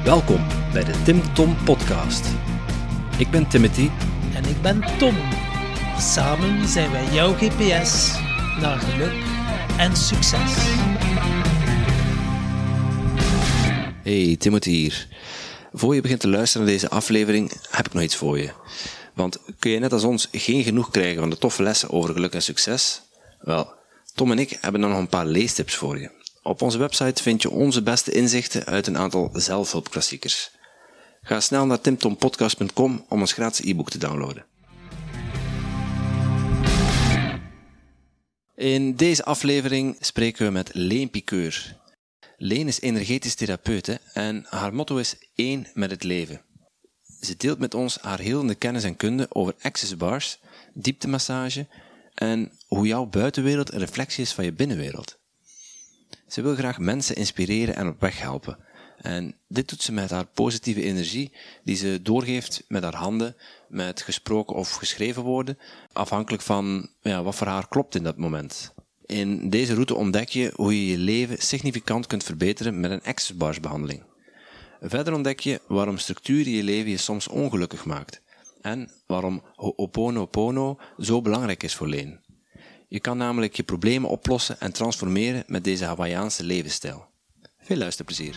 Welkom bij de Tim Tom Podcast. Ik ben Timothy. En ik ben Tom. Samen zijn wij jouw GPS naar geluk en succes. Hey, Timothy hier. Voor je begint te luisteren naar deze aflevering heb ik nog iets voor je. Want kun je net als ons geen genoeg krijgen van de toffe lessen over geluk en succes? Wel, Tom en ik hebben dan nog een paar leestips voor je. Op onze website vind je onze beste inzichten uit een aantal zelfhulpklassiekers. Ga snel naar timtompodcast.com om ons gratis e-book te downloaden. In deze aflevering spreken we met Leen Piqueur. Leen is energetisch therapeute en haar motto is 1 met het leven. Ze deelt met ons haar helende kennis en kunde over access bars, dieptemassage en hoe jouw buitenwereld een reflectie is van je binnenwereld. Ze wil graag mensen inspireren en op weg helpen. En dit doet ze met haar positieve energie die ze doorgeeft met haar handen, met gesproken of geschreven woorden, afhankelijk van wat voor haar klopt in dat moment. In deze route ontdek je hoe je je leven significant kunt verbeteren met een access bars behandeling. Verder ontdek je waarom structuur in je leven je soms ongelukkig maakt en waarom Ho'oponopono zo belangrijk is voor Leen. Je kan namelijk je problemen oplossen en transformeren met deze Hawaiiaanse levensstijl. Veel luisterplezier.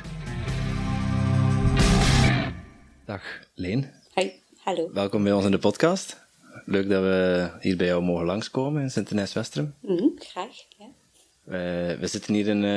Dag Leen. Hi, hallo. Welkom bij ons in de podcast. Leuk dat we hier bij jou mogen langskomen in Sint-Denijs-Westerum. Graag, ja. We zitten hier in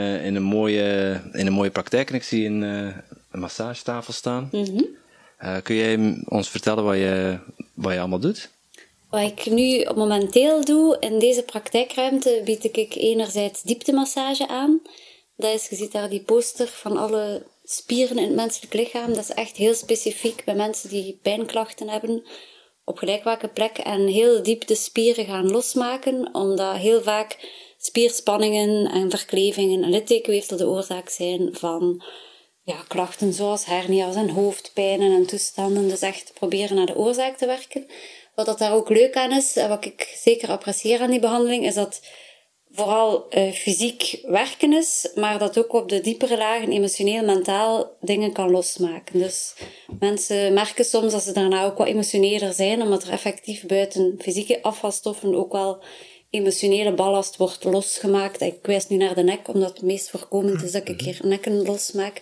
een mooie praktijk en ik zie een massagetafel staan. Kun jij ons vertellen wat je allemaal doet? Wat ik nu momenteel doe in deze praktijkruimte, bied ik enerzijds dieptemassage aan. Dat is, je ziet daar die poster van alle spieren in het menselijk lichaam. Dat is echt heel specifiek bij mensen die pijnklachten hebben op gelijk welke plek en heel diep de spieren gaan losmaken, omdat heel vaak spierspanningen en verklevingen en littekenweefsel de oorzaak zijn van klachten zoals hernia's en hoofdpijnen en toestanden. Dus echt proberen naar de oorzaak te werken. Wat dat daar ook leuk aan is, en wat ik zeker apprecieer aan die behandeling, is dat vooral fysiek werken is, maar dat ook op de diepere lagen, emotioneel, mentaal, dingen kan losmaken. Dus mensen merken soms dat ze daarna ook wat emotioneler zijn, omdat er effectief buiten fysieke afvalstoffen ook wel emotionele ballast wordt losgemaakt. Ik wijs nu naar de nek, omdat het meest voorkomend is dat ik hier nekken losmaak.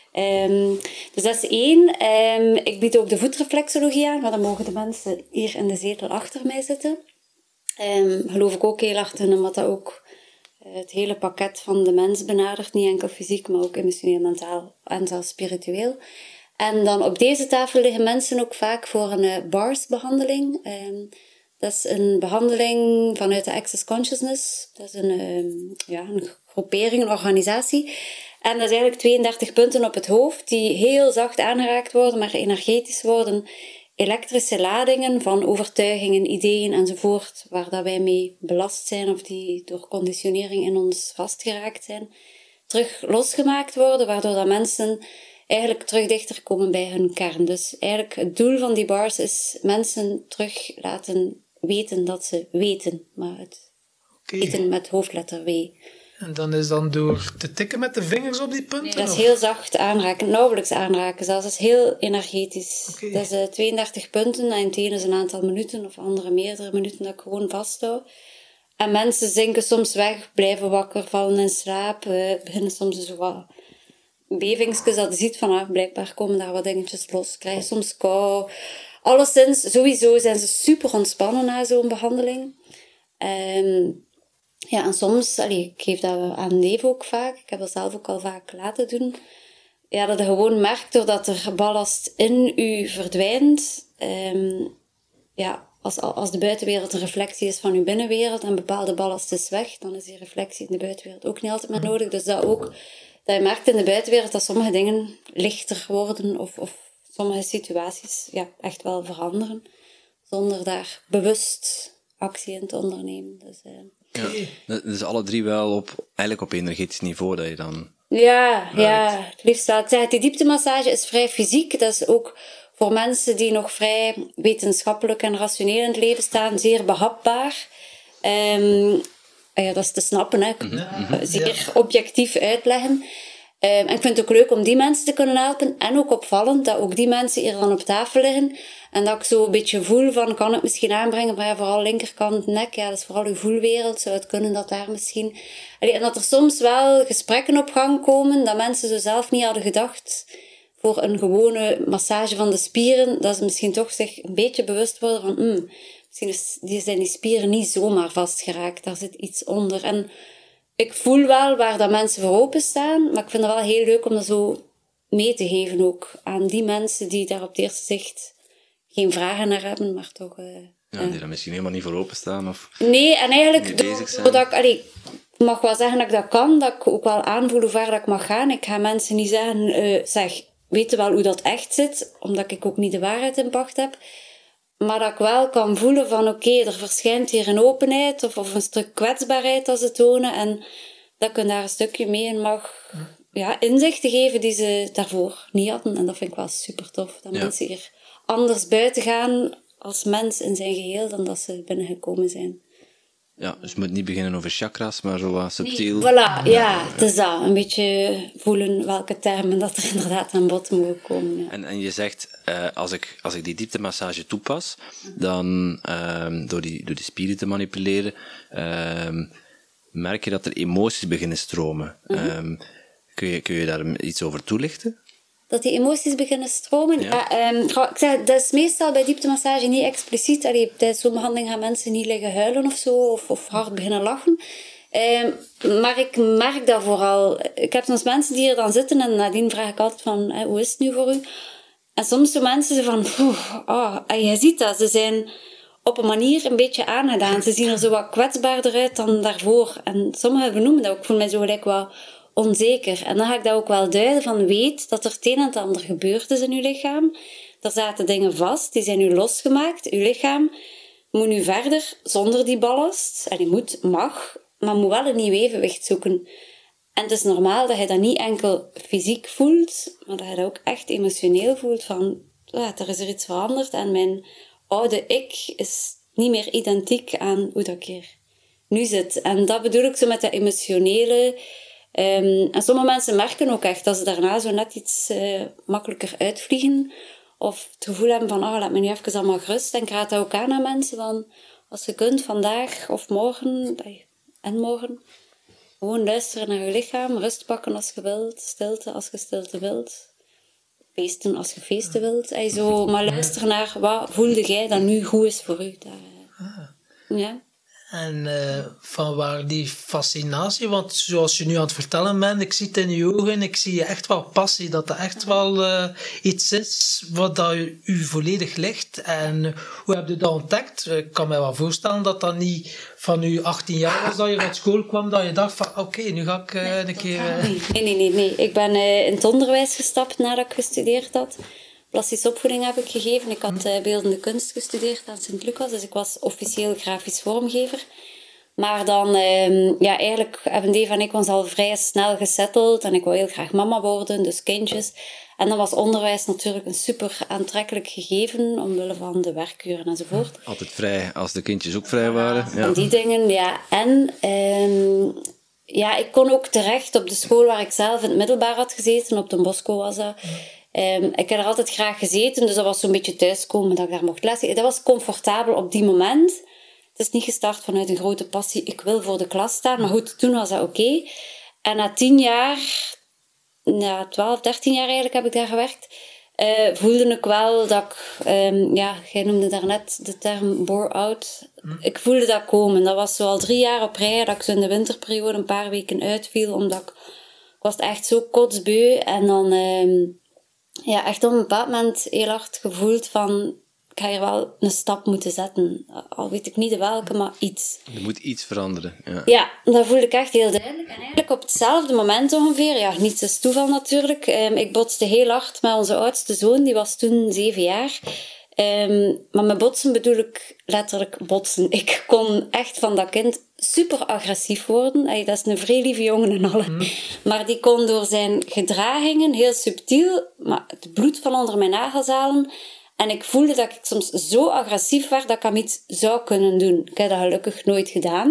Dus dat is 1. Ik bied ook de voetreflexologie aan, maar dan mogen de mensen hier in de zetel achter mij zitten. Geloof ik ook heel hard in, omdat dat ook het hele pakket van de mens benadert. Niet enkel fysiek, maar ook emotioneel, mentaal en zelfs spiritueel. En dan op deze tafel liggen mensen ook vaak voor een BARS-behandeling. Dat is een behandeling vanuit de Access Consciousness. Dat is een groepering, een organisatie. En dat is eigenlijk 32 punten op het hoofd die heel zacht aangeraakt worden, maar energetisch worden. Elektrische ladingen van overtuigingen, ideeën enzovoort, waar dat wij mee belast zijn of die door conditionering in ons vastgeraakt zijn, terug losgemaakt worden, waardoor dat mensen eigenlijk terug dichter komen bij hun kern. Dus eigenlijk het doel van die bars is mensen terug laten weten dat ze weten, maar het weten met hoofdletter W. En dan is dan door te tikken met de vingers op die punten? Nee, dat is heel zacht aanraken, nauwelijks aanraken zelfs. Dat is heel energetisch. Okay. Dat is 32 punten en het ene is een aantal minuten of andere meerdere minuten dat ik gewoon vasthoud. En mensen zinken soms weg, blijven wakker, vallen in slaap, beginnen soms zo wat bevingsjes dat je ziet van blijkbaar komen daar wat dingetjes los, krijgen soms kou. Alleszins, sowieso zijn ze super ontspannen na zo'n behandeling. En soms, ik geef dat aan neef ook vaak, ik heb dat zelf ook al vaak laten doen, dat je gewoon merkt doordat er ballast in u verdwijnt, als de buitenwereld een reflectie is van uw binnenwereld en bepaalde ballast is weg, dan is die reflectie in de buitenwereld ook niet altijd meer nodig. Dus dat je merkt in de buitenwereld dat sommige dingen lichter worden of sommige situaties echt wel veranderen, zonder daar bewust actie in te ondernemen. Dus alle drie wel eigenlijk op energetisch niveau dat je dan... Ja, het liefst wel. Ik zeg, die dieptemassage is vrij fysiek. Dat is ook voor mensen die nog vrij wetenschappelijk en rationeel in het leven staan, zeer behapbaar. Dat is te snappen, hè. Zeer objectief uitleggen. En ik vind het ook leuk om die mensen te kunnen helpen. En ook opvallend dat ook die mensen hier dan op tafel liggen. En dat ik zo een beetje voel van, kan het misschien aanbrengen, maar ja, vooral linkerkant nek, ja, dat is vooral uw voelwereld. Zou het kunnen dat daar misschien... Allee, en dat er soms wel gesprekken op gang komen, dat mensen zo zelf niet hadden gedacht voor een gewone massage van de spieren, dat ze misschien toch zich een beetje bewust worden van, misschien zijn die spieren niet zomaar vastgeraakt, daar zit iets onder. En ik voel wel waar dat mensen voor openstaan, maar ik vind het wel heel leuk om dat zo mee te geven ook aan die mensen die daar op het eerste zicht geen vragen naar hebben, maar toch... die daar misschien helemaal niet voor openstaan of... Nee, en eigenlijk bezig zijn. doordat ik mag wel zeggen dat ik dat kan, dat ik ook wel aanvoel hoe ver dat ik mag gaan. Ik ga mensen niet zeggen, zeg, weet je wel hoe dat echt zit, omdat ik ook niet de waarheid in pacht heb. Maar dat ik wel kan voelen van, oké, er verschijnt hier een openheid of een stuk kwetsbaarheid dat ze tonen. En dat ik daar een stukje mee in mag inzichten geven die ze daarvoor niet hadden. En dat vind ik wel super tof, dat mensen hier anders buiten gaan als mens in zijn geheel dan dat ze binnengekomen zijn. Ja, dus je moet niet beginnen over chakras, maar zo wat subtiel. Nee, voilà, ja, het is dat. Een beetje voelen welke termen dat er inderdaad aan bod mogen komen. Ja. En je zegt, als ik die dieptemassage toepas, dan door die spieren te manipuleren, merk je dat er emoties beginnen stromen. Kun je daar iets over toelichten? Dat die emoties beginnen stromen? Ja. Ik zeg, dat is meestal bij dieptemassage niet expliciet. Tijdens zo'n behandeling gaan mensen niet liggen huilen of zo, of hard beginnen lachen. Maar ik merk dat vooral. Ik heb soms mensen die hier dan zitten en nadien vraag ik altijd van, hoe is het nu voor u? En soms zo mensen van, en je ziet dat, ze zijn op een manier een beetje aangedaan. Ze zien er zo wat kwetsbaarder uit dan daarvoor. En sommigen benoemen dat ook, ik voel mij zo gelijk wel onzeker. En dan ga ik dat ook wel duiden van, weet dat er het een en het ander gebeurd is in uw lichaam. Er zaten dingen vast, die zijn nu losgemaakt. Uw lichaam moet nu verder zonder die ballast. En je mag, maar moet wel een nieuw evenwicht zoeken. En het is normaal dat je dat niet enkel fysiek voelt, maar dat je dat ook echt emotioneel voelt van, er is er iets veranderd en mijn oude ik is niet meer identiek aan hoe dat ik hier nu zit. En dat bedoel ik zo met dat emotionele. En sommige mensen merken ook echt dat ze daarna zo net iets makkelijker uitvliegen. Of het gevoel hebben van, laat me nu even allemaal gerust. En ik raad dat ook aan mensen van, als je kunt vandaag of morgen, en morgen, gewoon luisteren naar je lichaam, rust pakken als je wilt, stilte als je stilte wilt, feesten als je feesten wilt. Maar luisteren naar, wat voelde jij dat nu goed is voor u. Ja. En van waar die fascinatie, want zoals je nu aan het vertellen bent, ik zie het in je ogen, ik zie echt wel passie, dat echt wel iets is wat dat u volledig ligt. En hoe heb je dat ontdekt? Ik kan me wel voorstellen dat dat niet van je 18 jaar was dat je uit school kwam, dat je dacht van oké, nu ga ik een keer... Nee. Ik ben in het onderwijs gestapt nadat ik gestudeerd had. Plastische opvoeding heb ik gegeven. Ik had beeldende kunst gestudeerd aan Sint-Lucas, dus ik was officieel grafisch vormgever. Maar dan, eigenlijk hebben Dave en ik ons al vrij snel gesetteld en ik wou heel graag mama worden, dus kindjes. En dan was onderwijs natuurlijk een super aantrekkelijk gegeven, omwille van de werkuren enzovoort. Altijd vrij, als de kindjes ook vrij waren. Ja. En die dingen, ja. En ik kon ook terecht op de school waar ik zelf in het middelbaar had gezeten, op Don Bosco was dat. Ik heb er altijd graag gezeten, dus dat was zo'n beetje thuiskomen dat ik daar mocht lesgeven. Dat was comfortabel op die moment. Het is niet gestart vanuit een grote passie, ik wil voor de klas staan. Maar goed, toen was dat oké. En na 10 jaar, 12, 13 jaar eigenlijk heb ik daar gewerkt, voelde ik wel dat ik, jij noemde daarnet de term bore-out. Ik voelde dat komen. Dat was zo al 3 jaar op rij, dat ik zo in de winterperiode een paar weken uitviel, omdat ik was echt zo kotsbeu. En dan... echt op een bepaald moment heel hard gevoeld van, ik ga hier wel een stap moeten zetten. Al weet ik niet de welke, maar iets. Er moet iets veranderen. Ja, dat voelde ik echt heel duidelijk. En eigenlijk op hetzelfde moment ongeveer, niets is toeval natuurlijk, ik botste heel hard met onze oudste zoon, die was toen 7 jaar. Maar met botsen bedoel ik letterlijk botsen. Ik kon echt van dat kind super agressief worden. Dat is een vrij lieve jongen en alle. Maar die kon door zijn gedragingen, heel subtiel, maar het bloed van onder mijn nagels halen. En ik voelde dat ik soms zo agressief werd dat ik hem iets zou kunnen doen. Ik heb dat gelukkig nooit gedaan.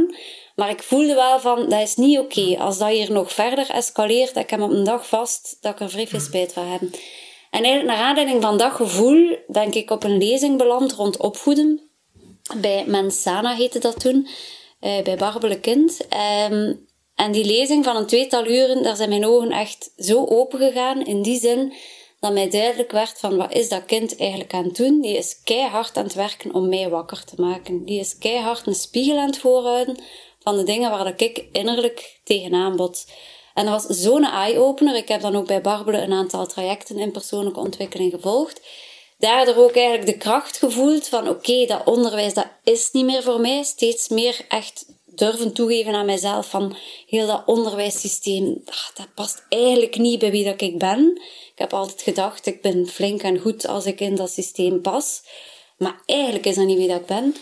Maar ik voelde wel van, dat is niet oké. Als dat hier nog verder escaleert, ik heb op een dag vast dat ik er vrij veel spijt van heb. En eigenlijk naar aanleiding van dat gevoel ben ik op een lezing beland rond opvoeden. Bij Mensana heette dat toen, bij Barbele Kind. En die lezing van een 2-tal uren, daar zijn mijn ogen echt zo open gegaan. In die zin dat mij duidelijk werd van, wat is dat kind eigenlijk aan het doen? Die is keihard aan het werken om mij wakker te maken. Die is keihard een spiegel aan het voorhouden van de dingen waar dat ik innerlijk tegenaan bot. En dat was zo'n eye-opener. Ik heb dan ook bij Barbele een aantal trajecten in persoonlijke ontwikkeling gevolgd. Daardoor ook eigenlijk de kracht gevoeld van oké, dat onderwijs, dat is niet meer voor mij. Steeds meer echt durven toegeven aan mijzelf van heel dat onderwijssysteem, dat past eigenlijk niet bij wie dat ik ben. Ik heb altijd gedacht, ik ben flink en goed als ik in dat systeem pas. Maar eigenlijk is dat niet wie dat ik ben.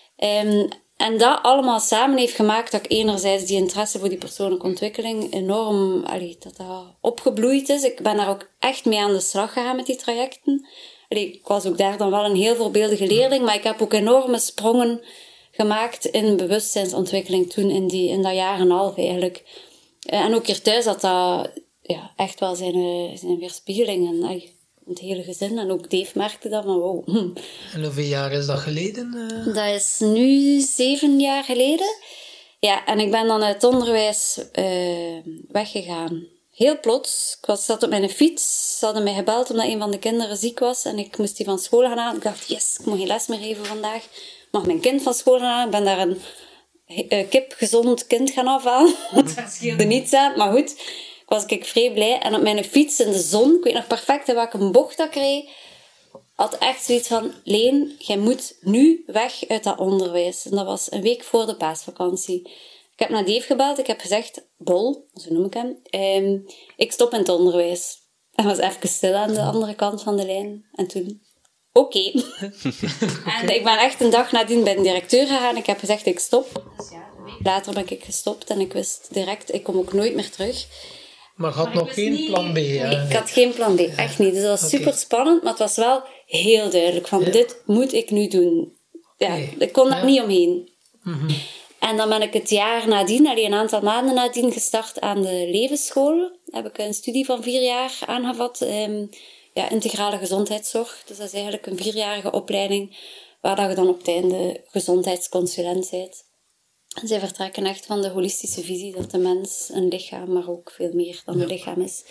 En dat allemaal samen heeft gemaakt dat ik enerzijds die interesse voor die persoonlijke ontwikkeling enorm, dat opgebloeid is. Ik ben daar ook echt mee aan de slag gegaan met die trajecten. Ik was ook daar dan wel een heel voorbeeldige leerling, maar ik heb ook enorme sprongen gemaakt in bewustzijnsontwikkeling toen, in dat jaar en een half eigenlijk. En ook hier thuis had dat echt wel zijn weerspiegeling en het hele gezin. En ook Dave merkte dat van wow. En hoeveel jaar is dat geleden? Dat is nu 7 jaar geleden. Ja, en ik ben dan uit het onderwijs weggegaan. Heel plots. Ik zat op mijn fiets. Ze hadden mij gebeld omdat een van de kinderen ziek was. En ik moest die van school gaan halen. Ik dacht, yes, ik moet geen les meer geven vandaag. Ik mag mijn kind van school gaan halen. Ik ben daar een kipgezond kind gaan afhalen. Want daar scheelde niets aan. Maar goed, was ik vrij blij. En op mijn fiets in de zon, ik weet nog perfect in welke bocht dat ik reed, had echt zoiets van, Leen, jij moet nu weg uit dat onderwijs. En dat was een week voor de paasvakantie. Ik heb naar Dave gebeld. Ik heb gezegd, Bol, zo noem ik hem, ik stop in het onderwijs. Hij was even stil aan de andere kant van de lijn. En toen, oké. En ik ben echt een dag nadien bij de directeur gegaan. Ik heb gezegd, ik stop. Dus ja, een week later ben ik gestopt. En ik wist direct, ik kom ook nooit meer terug. Maar je had nog geen plan B, hè? Nee, ik had geen plan B. Echt niet. Dus dat was super spannend. Maar het was wel heel duidelijk van, dit moet ik nu doen. Ja, ik kon daar niet omheen. En dan ben ik het jaar nadien, een aantal maanden nadien, gestart aan de levensschool. Heb ik een studie van 4 jaar aangevat. Integrale gezondheidszorg. Dus dat is eigenlijk een 4-jarige opleiding waar dat je dan op het einde gezondheidsconsulent bent. En zij vertrekken echt van de holistische visie dat de mens een lichaam, maar ook veel meer dan een lichaam is.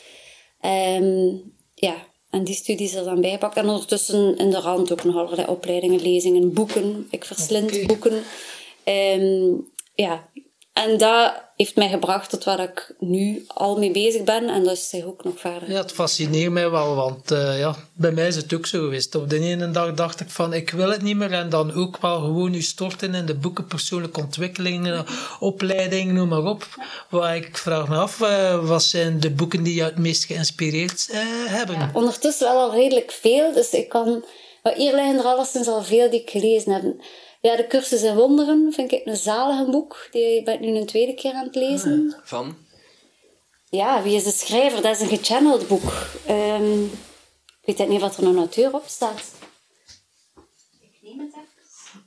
En die studie is er dan bijgepakt. En ondertussen in de rand ook nog allerlei opleidingen, lezingen, boeken. Ik verslind boeken. En dat heeft mij gebracht tot waar ik nu al mee bezig ben. En dat is ook nog verder. Ja, het fascineert mij wel, want bij mij is het ook zo geweest. Op de ene dag dacht ik van, ik wil het niet meer. En dan ook wel gewoon nu storten in de boeken, persoonlijke ontwikkeling, opleiding, noem maar op. Waar ik vraag me af, wat zijn de boeken die je het meest geïnspireerd hebben? Ja, ondertussen wel al redelijk veel. Dus ik kan... Hier liggen er alleszins al veel die ik gelezen heb. Ja, de Cursus in Wonderen vind ik een zalig boek. Die ben ik nu een tweede keer aan het lezen. Van? Ja, wie is de schrijver? Dat is een gechanneld boek. Ik weet niet wat er een auteur op staat. Ik neem het even.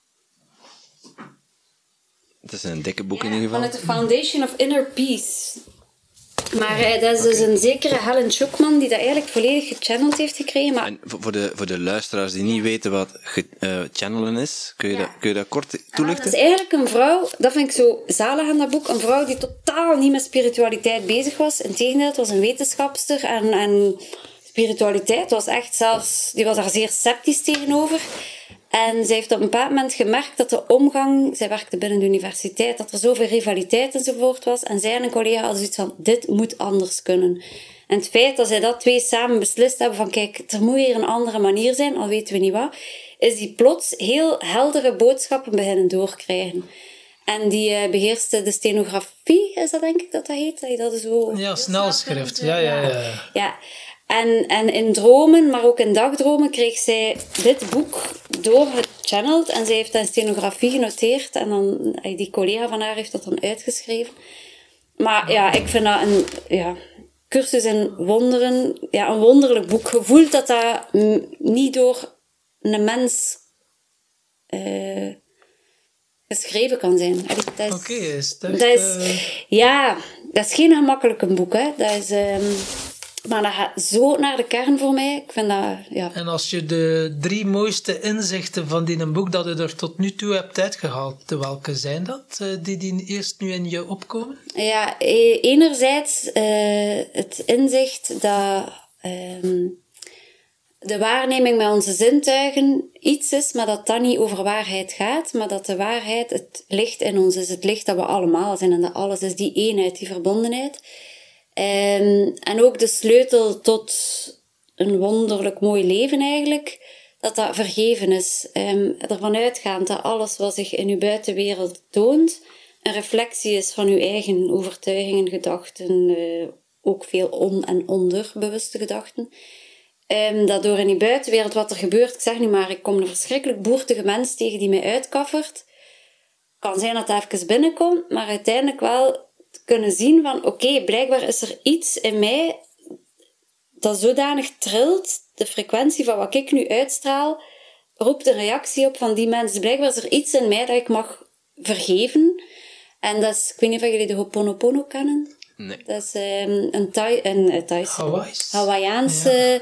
Het is een dikke boek in ieder geval. Vanuit de Foundation of Inner Peace. Maar dat is dus een zekere Helen Schuckman die dat eigenlijk volledig gechanneld heeft gekregen. Maar... En voor de luisteraars die niet weten wat channelen is, kun je dat kort toelichten? Dat is eigenlijk een vrouw, dat vind ik zo zalig aan dat boek, een vrouw die totaal niet met spiritualiteit bezig was. Integendeel, het was een wetenschapster en spiritualiteit was echt zelfs, die was daar zeer sceptisch tegenover. En zij heeft op een bepaald moment gemerkt dat de omgang, zij werkte binnen de universiteit, dat er zoveel rivaliteit enzovoort was. En zij en een collega hadden zoiets van, dit moet anders kunnen. En het feit dat zij dat 2 samen beslist hebben van, kijk, er moet hier een andere manier zijn, al weten we niet wat, is die plots heel heldere boodschappen beginnen doorkrijgen. En die beheerste de stenografie, is dat denk ik dat heet? Dat is zo... Ja, snelschrift. Ja. En in dromen, maar ook in dagdromen, kreeg zij dit boek doorgechanneld. En zij heeft dat in stenografie genoteerd. En dan, die collega van haar heeft dat dan uitgeschreven. Maar ja, ik vind dat een cursus in wonderen. Ja, een wonderlijk boek. Je voelt dat dat niet door een mens geschreven kan zijn. Oké, is het echt, dat is geen gemakkelijk boek, hè. Dat is... maar dat gaat zo naar de kern voor mij. Ik vind dat, ja. En als je de 3 mooiste inzichten van die boek dat je er tot nu toe hebt uitgehaald, welke zijn dat? Die eerst nu in je opkomen? Ja, enerzijds het inzicht dat de waarneming met onze zintuigen iets is, maar dat dat niet over waarheid gaat, maar dat de waarheid het licht in ons is, het licht dat we allemaal zijn en dat alles is die eenheid, die verbondenheid. En ook de sleutel tot een wonderlijk mooi leven eigenlijk, dat vergeven is. Ervan uitgaand dat alles wat zich in uw buitenwereld toont, een reflectie is van uw eigen overtuigingen, gedachten, ook veel en onderbewuste gedachten. Dat door in die buitenwereld wat er gebeurt, ik zeg niet maar, ik kom een verschrikkelijk boertige mens tegen die mij uitkaffert. Kan zijn dat dat even binnenkomt, maar uiteindelijk wel kunnen zien van, oké, blijkbaar is er iets in mij dat zodanig trilt, de frequentie van wat ik nu uitstraal, roept een reactie op van die mensen. Blijkbaar is er iets in mij dat ik mag vergeven. En dat is, ik weet niet of jullie de Ho'oponopono kennen. Nee. Dat is een Hawaïaanse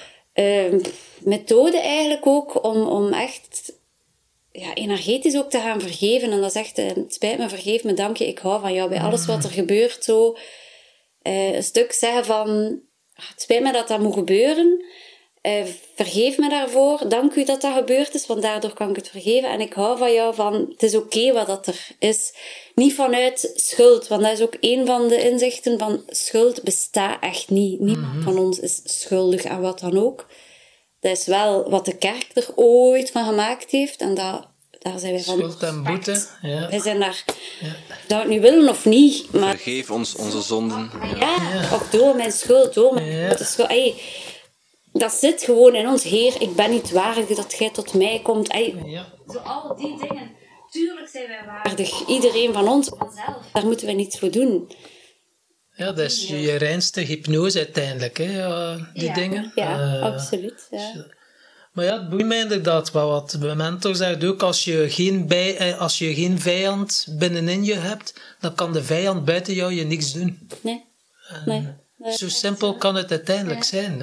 methode eigenlijk ook om echt energetisch ook te gaan vergeven. En dat is echt, het spijt me, vergeef me, dank je, ik hou van jou. Bij alles wat er gebeurt, zo een stuk zeggen van, het spijt me dat dat moet gebeuren. Vergeef me daarvoor, dank u dat dat gebeurd is, want daardoor kan ik het vergeven. En ik hou van jou, van het is oké wat dat er is. Niet vanuit schuld, want dat is ook een van de inzichten van schuld bestaat echt niet. Niemand van ons is schuldig aan wat dan ook. Dat is wel wat de kerk er ooit van gemaakt heeft. En daar zijn wij van. Schuld en boete. Ja. Wij zijn daar, dat we het nu willen of niet. Maar, Vergeef ons onze zonden. Of door mijn schuld, door mijn schuld. Dat zit gewoon in ons. Heer, ik ben niet waardig dat jij tot mij komt. Zo al die dingen. Tuurlijk zijn wij waardig. Iedereen van ons, vanzelf. Daar moeten we niets voor doen. Ja, dat is je reinste hypnose uiteindelijk, hè, die dingen. Ja, absoluut. Ja. Maar ja, het boeit mij inderdaad wel wat. Mijn mentor zegt ook, als je geen vijand binnenin je hebt, dan kan de vijand buiten jou je niks doen. Nee. Zo simpel kan het uiteindelijk zijn.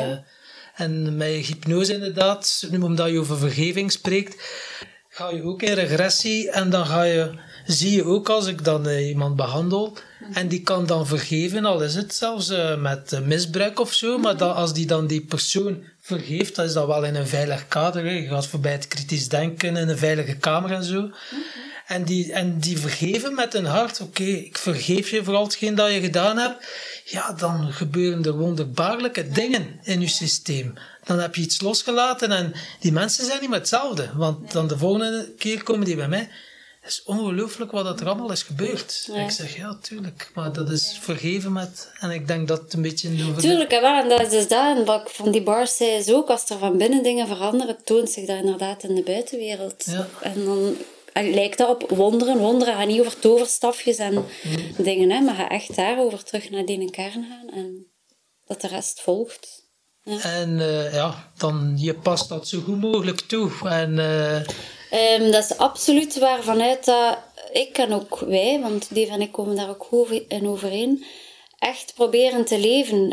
En met hypnose inderdaad, nu omdat je over vergeving spreekt, ga je ook in regressie en dan zie je ook als ik dan iemand behandel en die kan dan vergeven, al is het zelfs met misbruik of zo, maar als die dan die persoon vergeeft, dan is dat wel in een veilig kader. Hè. Je gaat voorbij het kritisch denken in een veilige kamer en zo. En die vergeven met hun hart. Oké, ik vergeef je voor al hetgeen dat je gedaan hebt. Ja, dan gebeuren er wonderbaarlijke dingen in je systeem. Dan heb je iets losgelaten en die mensen zijn niet meer hetzelfde. Want dan de volgende keer komen die bij mij. Het is ongelooflijk wat er allemaal is gebeurd. Ja. Ik zeg, ja, tuurlijk. Maar dat is vergeven met... En ik denk dat het een beetje... Tuurlijk, en dat is dus dat. En wat ik van die bars zei is ook, als er van binnen dingen veranderen, toont zich dat inderdaad in de buitenwereld. Ja. En dan lijkt dat op wonderen. Wonderen gaan niet over toverstafjes en dingen, hè, maar ga echt daarover terug naar die kern gaan en dat de rest volgt. Ja. En dan je past dat zo goed mogelijk toe. En... dat is absoluut waarvanuit dat ik en ook wij, want Dave en ik komen daar ook in overeen, echt proberen te leven.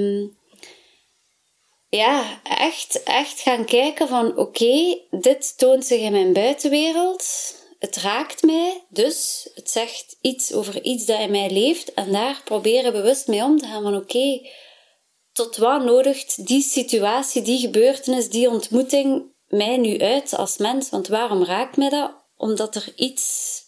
Echt gaan kijken van oké, dit toont zich in mijn buitenwereld. Het raakt mij, dus het zegt iets over iets dat in mij leeft. En daar proberen bewust mee om te gaan van oké, tot wat nodigt die situatie, die gebeurtenis, die ontmoeting mij nu uit als mens? Want waarom raakt mij dat? Omdat er iets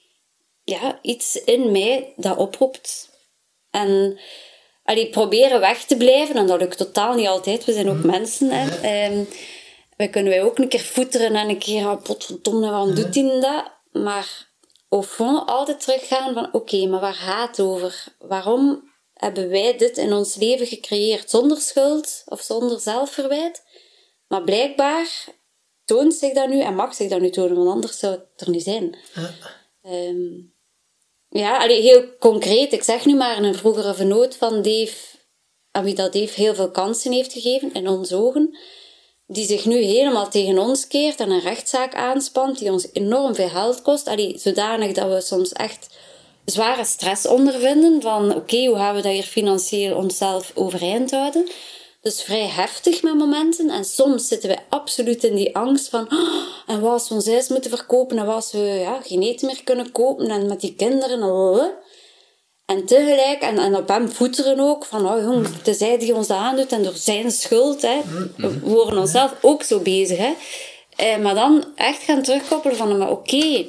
in mij dat oproept. En proberen weg te blijven, en dat lukt totaal niet altijd, we zijn ook mensen. Hè. Wij kunnen ook een keer voeteren en een keer, potverdomme, waarom doet hij dat? Maar au fond altijd teruggaan van, oké, maar waar gaat het over? Waarom hebben wij dit in ons leven gecreëerd zonder schuld of zonder zelfverwijt? Maar blijkbaar toont zich dat nu en mag zich dat nu tonen, want anders zou het er niet zijn. Heel concreet, ik zeg nu maar een vroegere vernoot van Dave, aan wie dat Dave heel veel kansen heeft gegeven, in onze ogen. die zich nu helemaal tegen ons keert en een rechtszaak aanspant die ons enorm veel geld kost. Zodanig dat we soms echt zware stress ondervinden van oké, hoe gaan we dat hier financieel onszelf overeind houden? Dus vrij heftig met momenten. En soms zitten wij absoluut in die angst van en wat als we ons huis moeten verkopen en wat als we geen eten meer kunnen kopen en met die kinderen. En tegelijk, en op hem voeteren ook, van jong, het is hij die ons dat aandoet en door zijn schuld, hè, we worden onszelf ook zo bezig. Hè. Maar dan echt gaan terugkoppelen van, maar oké,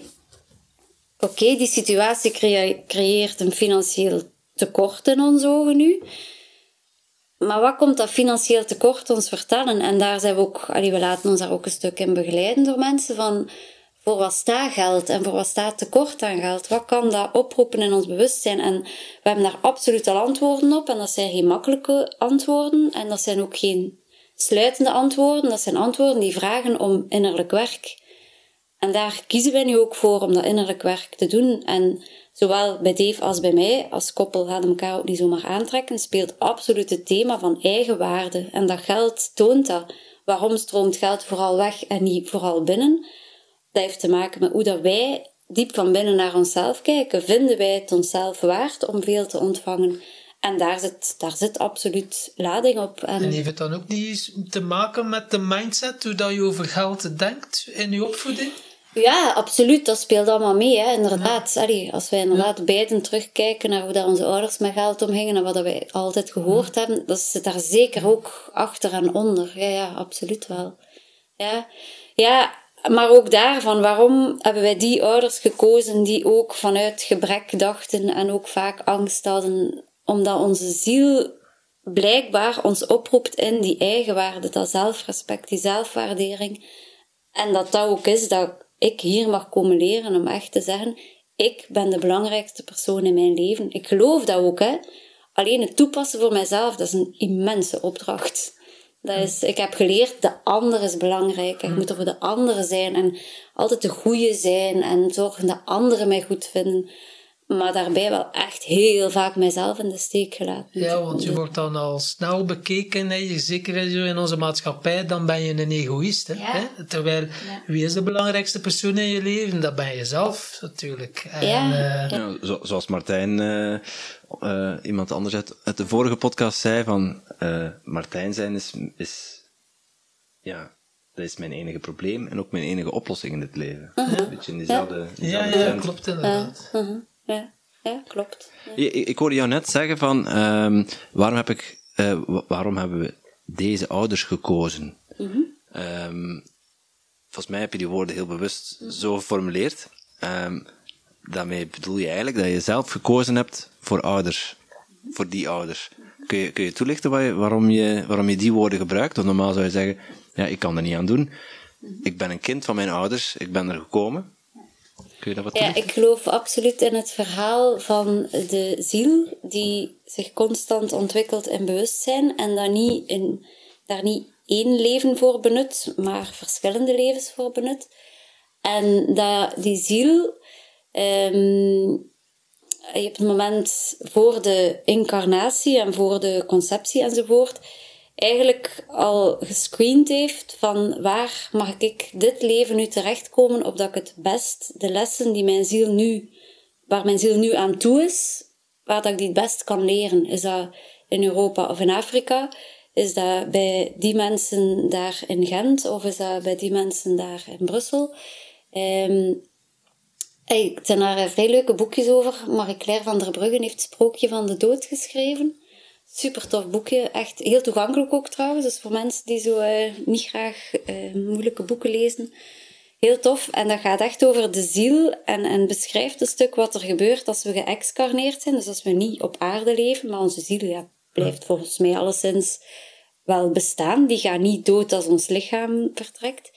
die situatie creëert een financieel tekort in onze ogen nu. Maar wat komt dat financieel tekort ons vertellen? En daar zijn we ook, we laten ons daar ook een stuk in begeleiden door mensen van, voor wat staat geld en voor wat staat tekort aan geld? Wat kan dat oproepen in ons bewustzijn? En we hebben daar absoluut al antwoorden op. En dat zijn geen makkelijke antwoorden. En dat zijn ook geen sluitende antwoorden. Dat zijn antwoorden die vragen om innerlijk werk. En daar kiezen wij nu ook voor om dat innerlijk werk te doen. En zowel bij Dave als bij mij, als koppel gaan elkaar ook niet zomaar aantrekken, speelt absoluut het thema van eigenwaarde. En dat geld toont dat. Waarom stroomt geld vooral weg en niet vooral binnen? Dat heeft te maken met hoe dat wij diep van binnen naar onszelf kijken. Vinden wij het onszelf waard om veel te ontvangen? En daar zit absoluut lading op. En heeft het dan ook niet te maken met de mindset, hoe dat je over geld denkt in je opvoeding? Ja, absoluut. Dat speelt allemaal mee, hè. Inderdaad. Ja. Als wij inderdaad beiden terugkijken naar hoe dat onze ouders met geld omgingen en wat dat wij altijd gehoord hebben, dat zit daar zeker ook achter en onder. Ja, absoluut wel. Ja, maar ook daarvan, waarom hebben wij die ouders gekozen die ook vanuit gebrek dachten en ook vaak angst hadden? Omdat onze ziel blijkbaar ons oproept in die eigenwaarde, dat zelfrespect, die zelfwaardering. En dat ook is dat ik hier mag komen leren om echt te zeggen, ik ben de belangrijkste persoon in mijn leven. Ik geloof dat ook, hè. Alleen het toepassen voor mijzelf, dat is een immense opdracht. Ik heb geleerd, de ander is belangrijk. Ik moet er voor de anderen zijn en altijd de goeie zijn en zorgen dat anderen mij goed vinden. Maar daarbij wel echt heel vaak mijzelf in de steek gelaten. Ja, want je wordt dan al snel bekeken, hè? Zeker in onze maatschappij, dan ben je een egoïst. Hè? Terwijl, wie is de belangrijkste persoon in je leven? Dat ben je zelf, natuurlijk. En, zoals Martijn, iemand anders uit de vorige podcast zei, van Martijn zijn is dat is mijn enige probleem en ook mijn enige oplossing in het leven. Een beetje in diezelfde trend. Klopt inderdaad. Ja, klopt. Ja. Ik hoorde jou net zeggen van, waarom hebben we deze ouders gekozen? Volgens mij heb je die woorden heel bewust zo geformuleerd. Daarmee bedoel je eigenlijk dat je zelf gekozen hebt voor ouders, voor die ouders. Kun je toelichten waarom je die woorden gebruikt? Want normaal zou je zeggen, ja, ik kan er niet aan doen. Ik ben een kind van mijn ouders, ik ben er gekomen. Kun je dat wat toelichten? Ik geloof absoluut in het verhaal van de ziel die zich constant ontwikkelt in bewustzijn en daar niet één leven voor benut, maar verschillende levens voor benut. En dat die ziel, je hebt het moment voor de incarnatie en voor de conceptie enzovoort, eigenlijk al gescreend heeft van waar mag ik dit leven nu terechtkomen, opdat ik het best, de lessen die waar mijn ziel nu aan toe is, waar dat ik die het best kan leren. Is dat in Europa of in Afrika? Is dat bij die mensen daar in Gent? Of is dat bij die mensen daar in Brussel? Er zijn daar vrij leuke boekjes over. Marie-Claire van der Bruggen heeft Sprookje van de Dood geschreven. Super tof boekje, echt heel toegankelijk ook trouwens. Dus voor mensen die zo niet graag moeilijke boeken lezen. Heel tof. En dat gaat echt over de ziel en beschrijft een stuk wat er gebeurt als we geëxcarneerd zijn. Dus als we niet op aarde leven, maar onze ziel blijft volgens mij alleszins wel bestaan. Die gaat niet dood als ons lichaam vertrekt.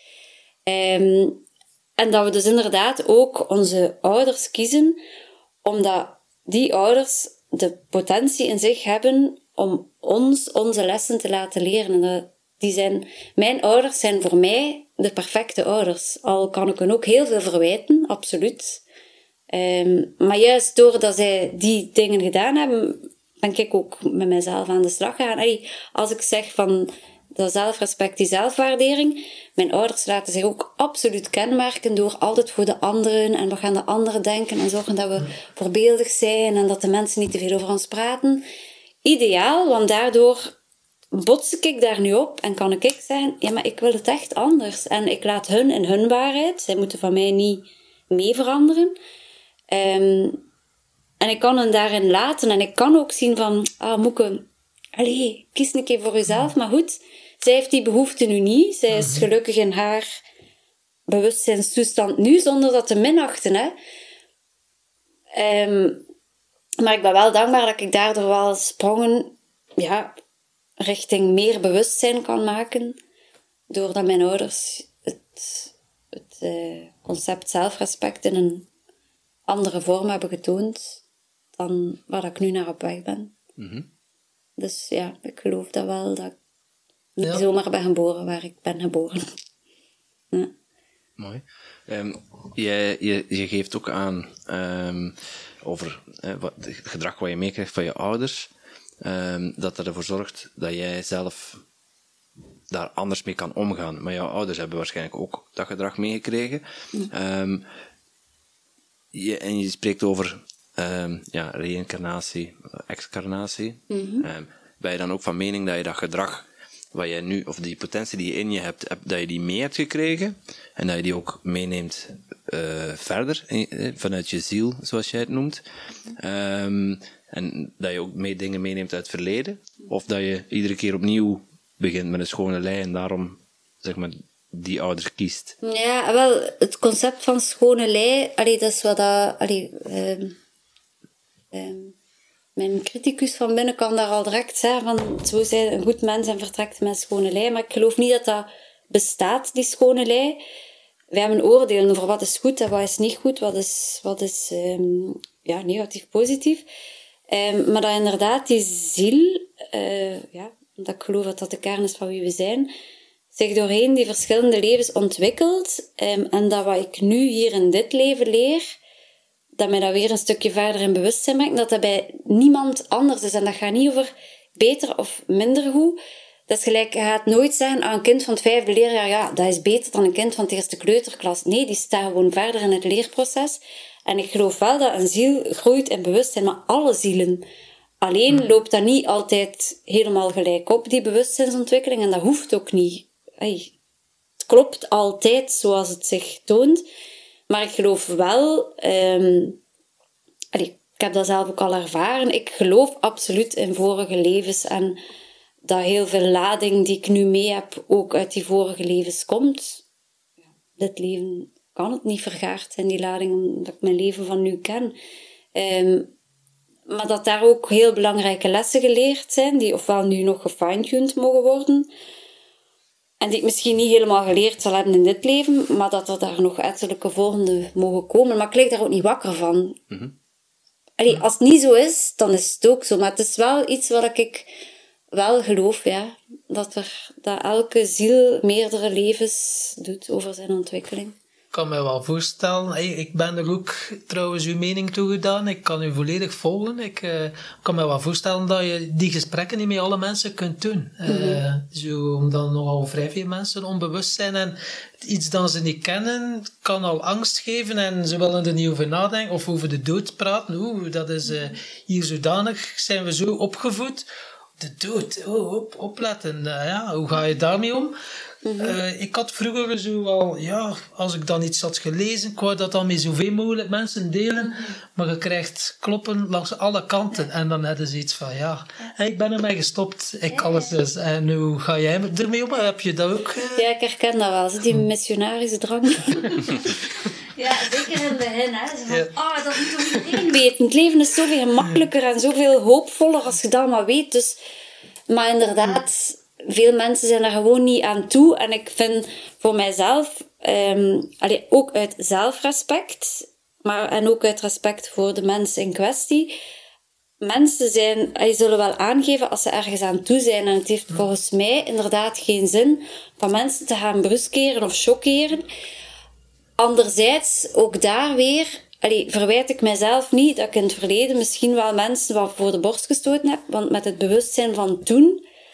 En dat we dus inderdaad ook onze ouders kiezen, omdat die ouders de potentie in zich hebben om ons onze lessen te laten leren. Mijn ouders zijn voor mij de perfecte ouders. Al kan ik hen ook heel veel verwijten, absoluut. Maar juist doordat zij die dingen gedaan hebben, ben ik ook met mezelf aan de slag gegaan. Als ik zeg van dat zelfrespect, die zelfwaardering. Mijn ouders laten zich ook absoluut kenmerken door altijd voor de anderen en wat gaan de anderen denken en zorgen dat we voorbeeldig zijn en dat de mensen niet te veel over ons praten. Ideaal, want daardoor bots ik daar nu op en kan ik zeggen, ja, maar ik wil het echt anders. En ik laat hun in hun waarheid. Zij moeten van mij niet mee veranderen. En ik kan hen daarin laten. En ik kan ook zien van, Moeke, allee, kies een keer voor jezelf. Maar goed, zij heeft die behoefte nu niet. Zij is gelukkig in haar bewustzijnstoestand nu, zonder dat te minachten. Hè. Maar ik ben wel dankbaar dat ik daardoor wel sprongen richting meer bewustzijn kan maken. Doordat mijn ouders het concept zelfrespect in een andere vorm hebben getoond dan waar ik nu naar op weg ben. Mm-hmm. Dus ja, ik geloof dat wel, dat ik niet zomaar ben geboren waar ik ben geboren. Ja. Mooi. Je geeft ook aan over het gedrag wat je meekrijgt van je ouders, dat ervoor zorgt dat jij zelf daar anders mee kan omgaan. Maar jouw ouders hebben waarschijnlijk ook dat gedrag meegekregen. En je spreekt over reïncarnatie, excarnatie. Mm-hmm. Ben je dan ook van mening dat je dat gedrag wat jij nu, of die potentie die je in je hebt, dat je die mee hebt gekregen en dat je die ook meeneemt verder, vanuit je ziel, zoals jij het noemt. En dat je ook dingen meeneemt uit het verleden, of dat je iedere keer opnieuw begint met een schone lei en daarom, zeg maar, die ouders kiest. Ja, wel, het concept van schone lei, dat is wat dat... mijn criticus van binnen kan daar al direct zeggen van, zo zijn een goed mens en vertrekt met een schone lei, maar ik geloof niet dat dat bestaat, die schone lei. We hebben oordelen over wat is goed en wat is niet goed, wat is negatief, positief. Maar dat inderdaad die ziel, omdat ik geloof dat dat de kern is van wie we zijn, zich doorheen die verschillende levens ontwikkelt. En dat wat ik nu hier in dit leven leer, dat mij dat weer een stukje verder in bewustzijn brengt, dat dat bij niemand anders is. En dat gaat niet over beter of minder goed. Dat is gelijk, je gaat nooit zeggen aan een kind van het 5e leerjaar, ja, dat is beter dan een kind van het 1e kleuterklas. Nee, die staat gewoon verder in het leerproces. En ik geloof wel dat een ziel groeit in bewustzijn, maar alle zielen. Alleen loopt dat niet altijd helemaal gelijk op, die bewustzijnsontwikkeling. En dat hoeft ook niet. Het klopt altijd zoals het zich toont. Maar ik geloof wel... ik heb dat zelf ook al ervaren. Ik geloof absoluut in vorige levens. En dat heel veel lading die ik nu mee heb ook uit die vorige levens komt. Dit leven kan het niet vergaard zijn, die lading, omdat ik mijn leven van nu ken. Maar dat daar ook heel belangrijke lessen geleerd zijn, die ofwel nu nog gefine-tuned mogen worden, en die ik misschien niet helemaal geleerd zal hebben in dit leven, maar dat er daar nog ettelijke volgende mogen komen. Maar ik lig daar ook niet wakker van. Mm-hmm. Als het niet zo is, dan is het ook zo. Maar het is wel iets wat ik wel geloof, ja. Dat elke ziel meerdere levens doet over zijn ontwikkeling. Ik kan me wel voorstellen, ik ben er ook trouwens uw mening toegedaan, ik kan u volledig volgen. Ik kan me wel voorstellen dat je die gesprekken niet met alle mensen kunt doen. Omdat nogal vrij veel mensen onbewust zijn en iets dat ze niet kennen kan al angst geven en ze willen er niet over nadenken of over de dood praten. Dat is hier zodanig, zijn we zo opgevoed. De dood, opletten. Hoe ga je daarmee om? Ik had vroeger zo al, als ik dan iets had gelezen, ik wou dat dan met zoveel mogelijk mensen delen, maar je krijgt kloppen langs alle kanten. En dan hadden ze iets van, ik ben ermee gestopt, ik kan het dus. En hoe ga jij ermee om? Heb je dat ook? Ja, ik herken dat wel, die missionarische drang. Ja, zeker in het begin. Dat moet toch iedereen weten. Het leven is zoveel gemakkelijker en zoveel hoopvoller als je dat maar weet. Dus, maar inderdaad, veel mensen zijn er gewoon niet aan toe. En ik vind voor mijzelf, ook uit zelfrespect, en ook uit respect voor de mensen in kwestie, mensen zullen wel aangeven als ze ergens aan toe zijn. En het heeft volgens mij inderdaad geen zin van mensen te gaan bruskeren of chockeren. Anderzijds, ook daar weer, verwijt ik mijzelf niet dat ik in het verleden misschien wel mensen wat voor de borst gestoten heb. Want met het bewustzijn van toen,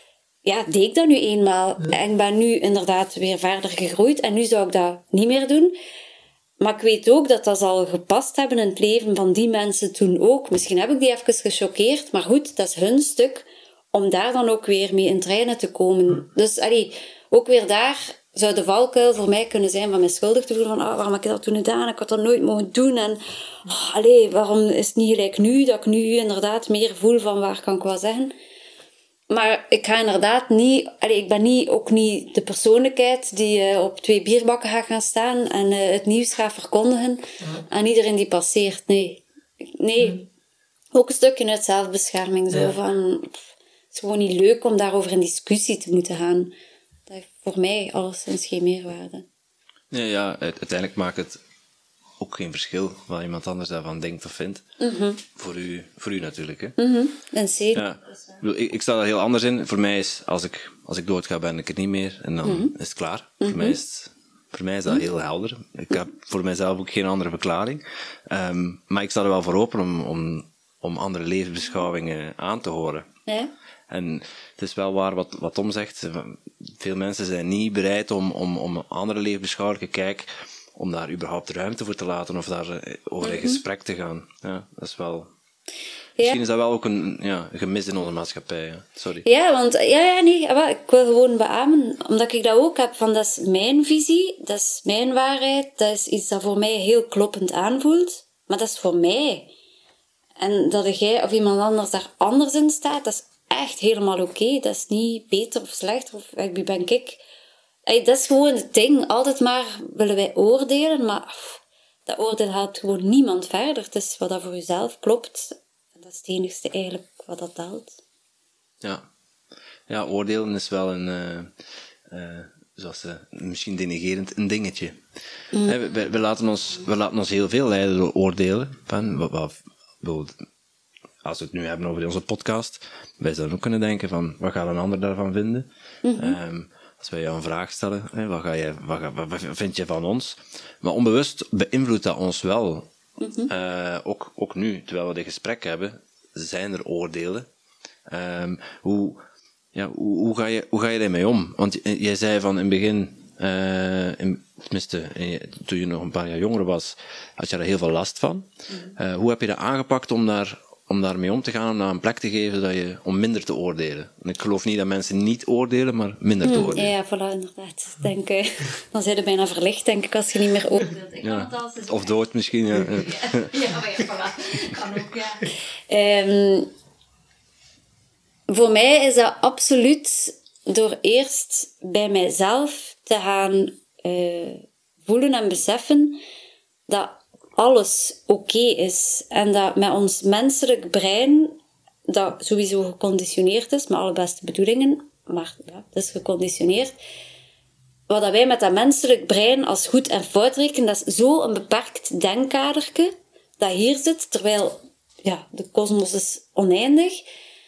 deed ik dat nu eenmaal. En ik ben nu inderdaad weer verder gegroeid. En nu zou ik dat niet meer doen. Maar ik weet ook dat dat zal gepast hebben in het leven van die mensen toen ook. Misschien heb ik die even gechoqueerd. Maar goed, dat is hun stuk. Om daar dan ook weer mee in trainen te komen. Dus ook weer daar zou de valkuil voor mij kunnen zijn van mij schuldig te voelen. Van, waarom heb ik dat toen gedaan? Ik had dat nooit mogen doen. En waarom is het niet gelijk nu? Dat ik nu inderdaad meer voel van waar kan ik wel zeggen. Maar ik ga inderdaad niet... ik ben ook niet de persoonlijkheid die op 2 bierbakken gaat gaan staan en het nieuws gaat verkondigen aan iedereen die passeert. Nee. Ook een stukje uit zelfbescherming. Zo van... Het is gewoon niet leuk om daarover in discussie te moeten gaan. Dat heeft voor mij alleszins geen meerwaarde. Nee, uiteindelijk maakt het ook geen verschil wat iemand anders daarvan denkt of vindt. Voor u natuurlijk. Hè? En zeker. Ja. Ik sta daar heel anders in. Voor mij is, als ik doodga, ben ik er niet meer. En dan is het klaar. Voor mij is dat heel helder. Ik heb voor mijzelf ook geen andere verklaring. Maar ik sta er wel voor open om andere levensbeschouwingen aan te horen. Ja. En het is wel waar wat Tom zegt. Veel mensen zijn niet bereid om andere levensbeschouwelijke kijk, om daar überhaupt ruimte voor te laten of daar over in gesprek te gaan. Ja, dat is wel... Misschien is dat wel ook een gemis in onze maatschappij. Ja. Sorry. Ja, want... ik wil gewoon beamen. Omdat ik dat ook heb van, dat is mijn visie, dat is mijn waarheid, dat is iets dat voor mij heel kloppend aanvoelt. Maar dat is voor mij. En dat jij of iemand anders daar anders in staat, dat is echt helemaal oké. Dat is niet beter of slechter, of wie ben ik. Dat is gewoon het ding. Altijd maar willen wij oordelen, maar dat oordeel helpt gewoon niemand verder. Het is wat dat voor jezelf klopt. En dat is het enigste eigenlijk wat dat telt. Ja, oordelen is wel zoals misschien denigerend, een dingetje. We laten ons heel veel leiden door oordelen. Als we het nu hebben over onze podcast, wij zouden ook kunnen denken van, wat gaat een ander daarvan vinden? Als wij jou een vraag stellen, wat vind je van ons? Maar onbewust beïnvloedt dat ons wel. Ook nu, terwijl we dit gesprek hebben, zijn er oordelen. Hoe ga je daarmee om? Want jij zei van in het begin, tenminste, toen je nog een paar jaar jonger was, had je daar heel veel last van. Hoe heb je dat aangepakt om daarmee om te gaan, om naar een plek te geven om minder te oordelen? En ik geloof niet dat mensen niet oordelen, maar minder te oordelen. Ja, voilà, inderdaad. Dan zijn je bijna verlicht, denk ik, als je niet meer oordeelt. Of dood misschien, ja. Maar voilà. Kan ook, ja. Voor mij is dat absoluut door eerst bij mijzelf te gaan voelen en beseffen dat alles oké is. En dat met ons menselijk brein, dat sowieso geconditioneerd is, met alle beste bedoelingen, maar ja, het is geconditioneerd. Wat dat wij met dat menselijk brein als goed en fout rekenen, dat is zo een beperkt denkkadertje dat hier zit, terwijl de kosmos is oneindig.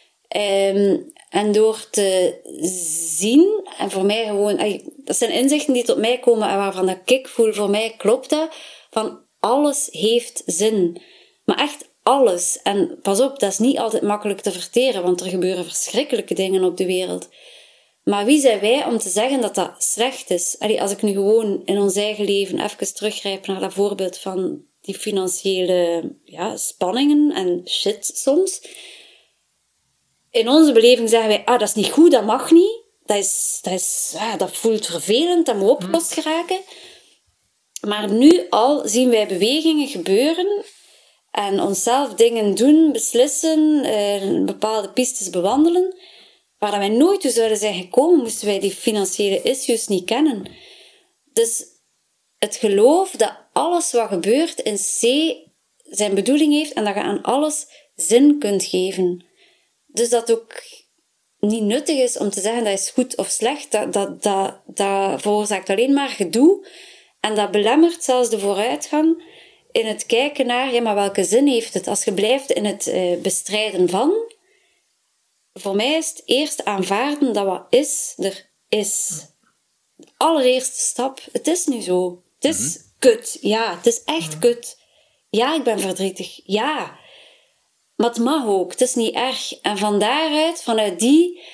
En door te zien, en voor mij gewoon, dat zijn inzichten die tot mij komen en waarvan dat ik voel, voor mij klopt dat, van alles heeft zin. Maar echt alles. En pas op, dat is niet altijd makkelijk te verteren, want er gebeuren verschrikkelijke dingen op de wereld. Maar wie zijn wij om te zeggen dat dat slecht is? Als ik nu gewoon in ons eigen leven even teruggrijp naar dat voorbeeld van die financiële spanningen en shit soms. In onze beleving zeggen wij, dat is niet goed, dat mag niet. Dat voelt vervelend, dat moet opgelost geraken. Maar nu al zien wij bewegingen gebeuren en onszelf dingen doen, beslissen, bepaalde pistes bewandelen, waar wij nooit toe zouden zijn gekomen, moesten wij die financiële issues niet kennen. Dus het geloof dat alles wat gebeurt in C zijn bedoeling heeft en dat je aan alles zin kunt geven. Dus dat het ook niet nuttig is om te zeggen dat is goed of slecht. Dat veroorzaakt alleen maar gedoe. En dat belemmert zelfs de vooruitgang in het kijken naar, maar welke zin heeft het? Als je blijft in het bestrijden van, voor mij is het eerst aanvaarden dat wat is, er is. De allereerste stap, het is nu zo. Het is kut, ja, het is echt kut. Ja, ik ben verdrietig, ja. Maar het mag ook, het is niet erg. En van daaruit, vanuit die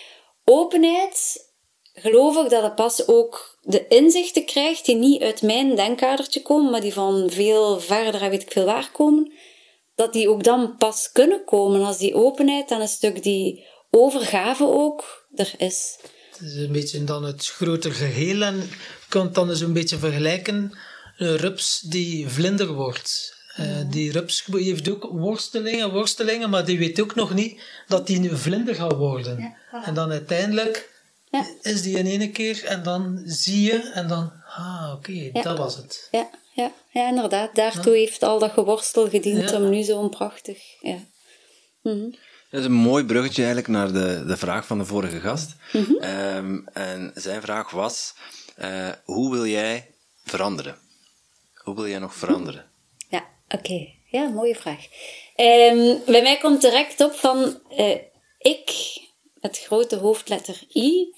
openheid geloof ik dat het pas ook de inzichten krijgt die niet uit mijn denkkadertje komen, maar die van veel verder en weet ik veel waar komen, dat die ook dan pas kunnen komen als die openheid en een stuk die overgave ook er is. Het is een beetje dan het grotere geheel en je kan het dan eens een beetje vergelijken. Een rups die vlinder wordt. Die rups heeft ook worstelingen, maar die weet ook nog niet dat die een vlinder gaat worden. Ja, voilà. En dan uiteindelijk is die in één keer en dan zie je en dan, oké, dat was het. Ja, inderdaad. Daartoe heeft al dat geworstel gediend om nu zo'n prachtig... Ja. Mm-hmm. Dat is een mooi bruggetje eigenlijk naar de vraag van de vorige gast. Mm-hmm. En zijn vraag was, hoe wil jij veranderen? Hoe wil jij nog veranderen? Ja, oké. Ja, mooie vraag. Bij mij komt direct op van ik, met grote hoofdletter I,